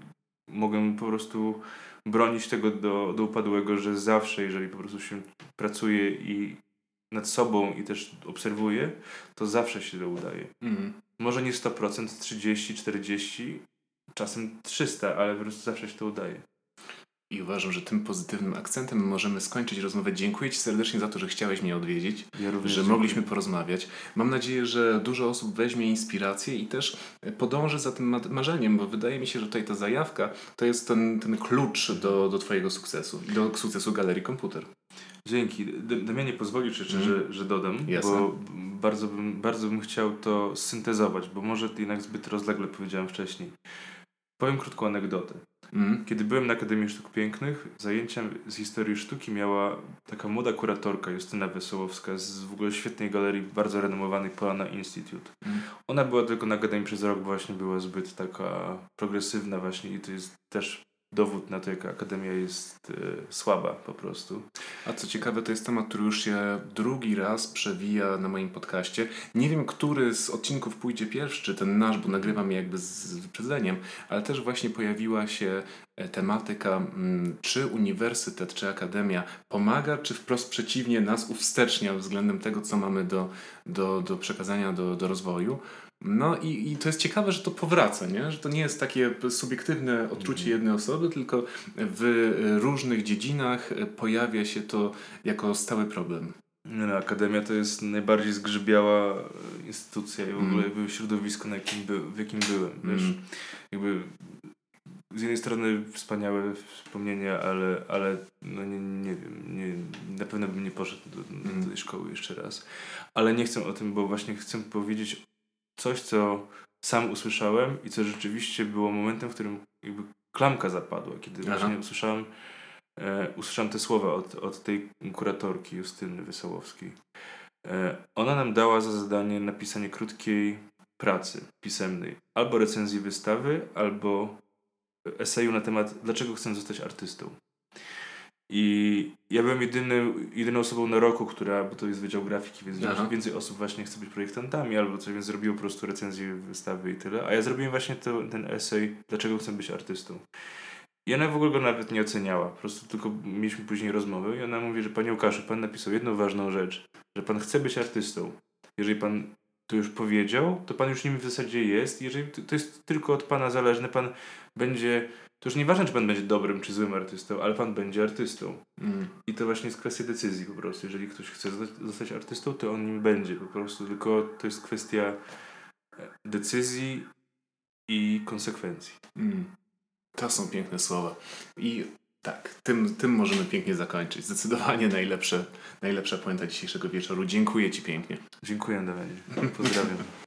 mogę po prostu bronić tego do, do upadłego, że zawsze, jeżeli po prostu się pracuje i nad sobą i też obserwuje, to zawsze się to udaje. Mm. Może nie sto procent, trzydzieści, czterdzieści, czasem trzysta, ale po prostu zawsze się to udaje. I uważam, że tym pozytywnym akcentem możemy skończyć rozmowę. Dziękuję Ci serdecznie za to, że chciałeś mnie odwiedzić, ja że dziękuję. mogliśmy porozmawiać. Mam nadzieję, że dużo osób weźmie inspirację i też podąży za tym marzeniem, bo wydaje mi się, że tutaj ta zajawka to jest ten, ten klucz do, do Twojego sukcesu i do sukcesu Galerii Komputer. Dzięki. Damianie, pozwolisz jeszcze, mm. że, że dodam, Jasne. bo bardzo bym, bardzo bym chciał to syntezować, bo może jednak zbyt rozlegle powiedziałem wcześniej. Powiem krótką anegdotę. Mm. Kiedy byłem na Akademii Sztuk Pięknych, zajęcia z historii sztuki miała taka młoda kuratorka Justyna Wesołowska z w ogóle świetnej galerii, bardzo renomowanej Polana Institute. Mm. Ona była tylko na Akademii przez rok, bo właśnie była zbyt taka progresywna właśnie i to jest też dowód na to, jaka Akademia jest y, słaba po prostu. A co ciekawe, to jest temat, który już się drugi raz przewija na moim podcaście. Nie wiem, który z odcinków pójdzie pierwszy, czy ten nasz, bo nagrywam je jakby z wyprzedzeniem, ale też właśnie pojawiła się tematyka, m, czy uniwersytet, czy akademia pomaga, czy wprost przeciwnie nas uwstecznia względem tego, co mamy do, do, do przekazania, do, do rozwoju. No i, i to jest ciekawe, że to powraca, nie? Że to nie jest takie subiektywne odczucie jednej osoby, tylko w różnych dziedzinach pojawia się to jako stały problem. No, Akademia to jest najbardziej zgrzybiała instytucja i w ogóle mm. środowisko, na jakim by, w jakim byłem. Wiesz? Mm. Jakby z jednej strony wspaniałe wspomnienia, ale, ale no nie, nie wiem, nie, na pewno bym nie poszedł do, do tej szkoły jeszcze raz. Ale nie chcę o tym, bo właśnie chcę powiedzieć coś, co sam usłyszałem i co rzeczywiście było momentem, w którym jakby klamka zapadła, kiedy Aha. właśnie usłyszałem, e, usłyszałem te słowa od, od tej kuratorki Justyny Wesołowskiej. E, ona nam dała za zadanie napisanie krótkiej pracy pisemnej, albo recenzji wystawy, albo eseju na temat, dlaczego chcę zostać artystą. I ja byłem jedyny, jedyną osobą na roku, która, bo to jest Wydział Grafiki, więc Aha. więcej osób właśnie chce być projektantami albo coś, więc zrobiło po prostu recenzję wystawy i tyle. A ja zrobiłem właśnie to, ten esej, dlaczego chcę być artystą. I ona w ogóle go nawet nie oceniała. Po prostu tylko mieliśmy później rozmowę i ona mówi, że panie Łukaszu, pan napisał jedną ważną rzecz, że pan chce być artystą. Jeżeli pan to już powiedział, to pan już nim w zasadzie jest. Jeżeli to, to jest tylko od pana zależne, pan będzie... To już nieważne, czy pan będzie dobrym czy złym artystą, ale pan będzie artystą. Mm. I to właśnie jest kwestia decyzji po prostu. Jeżeli ktoś chce zostać artystą, to on nim będzie po prostu. Tylko to jest kwestia decyzji i konsekwencji. Mm. To są piękne słowa. I tak, tym, tym możemy pięknie zakończyć. Zdecydowanie najlepsze, najlepsza puenta dzisiejszego wieczoru. Dziękuję Ci pięknie. Dziękuję, Damianie. Pozdrawiam.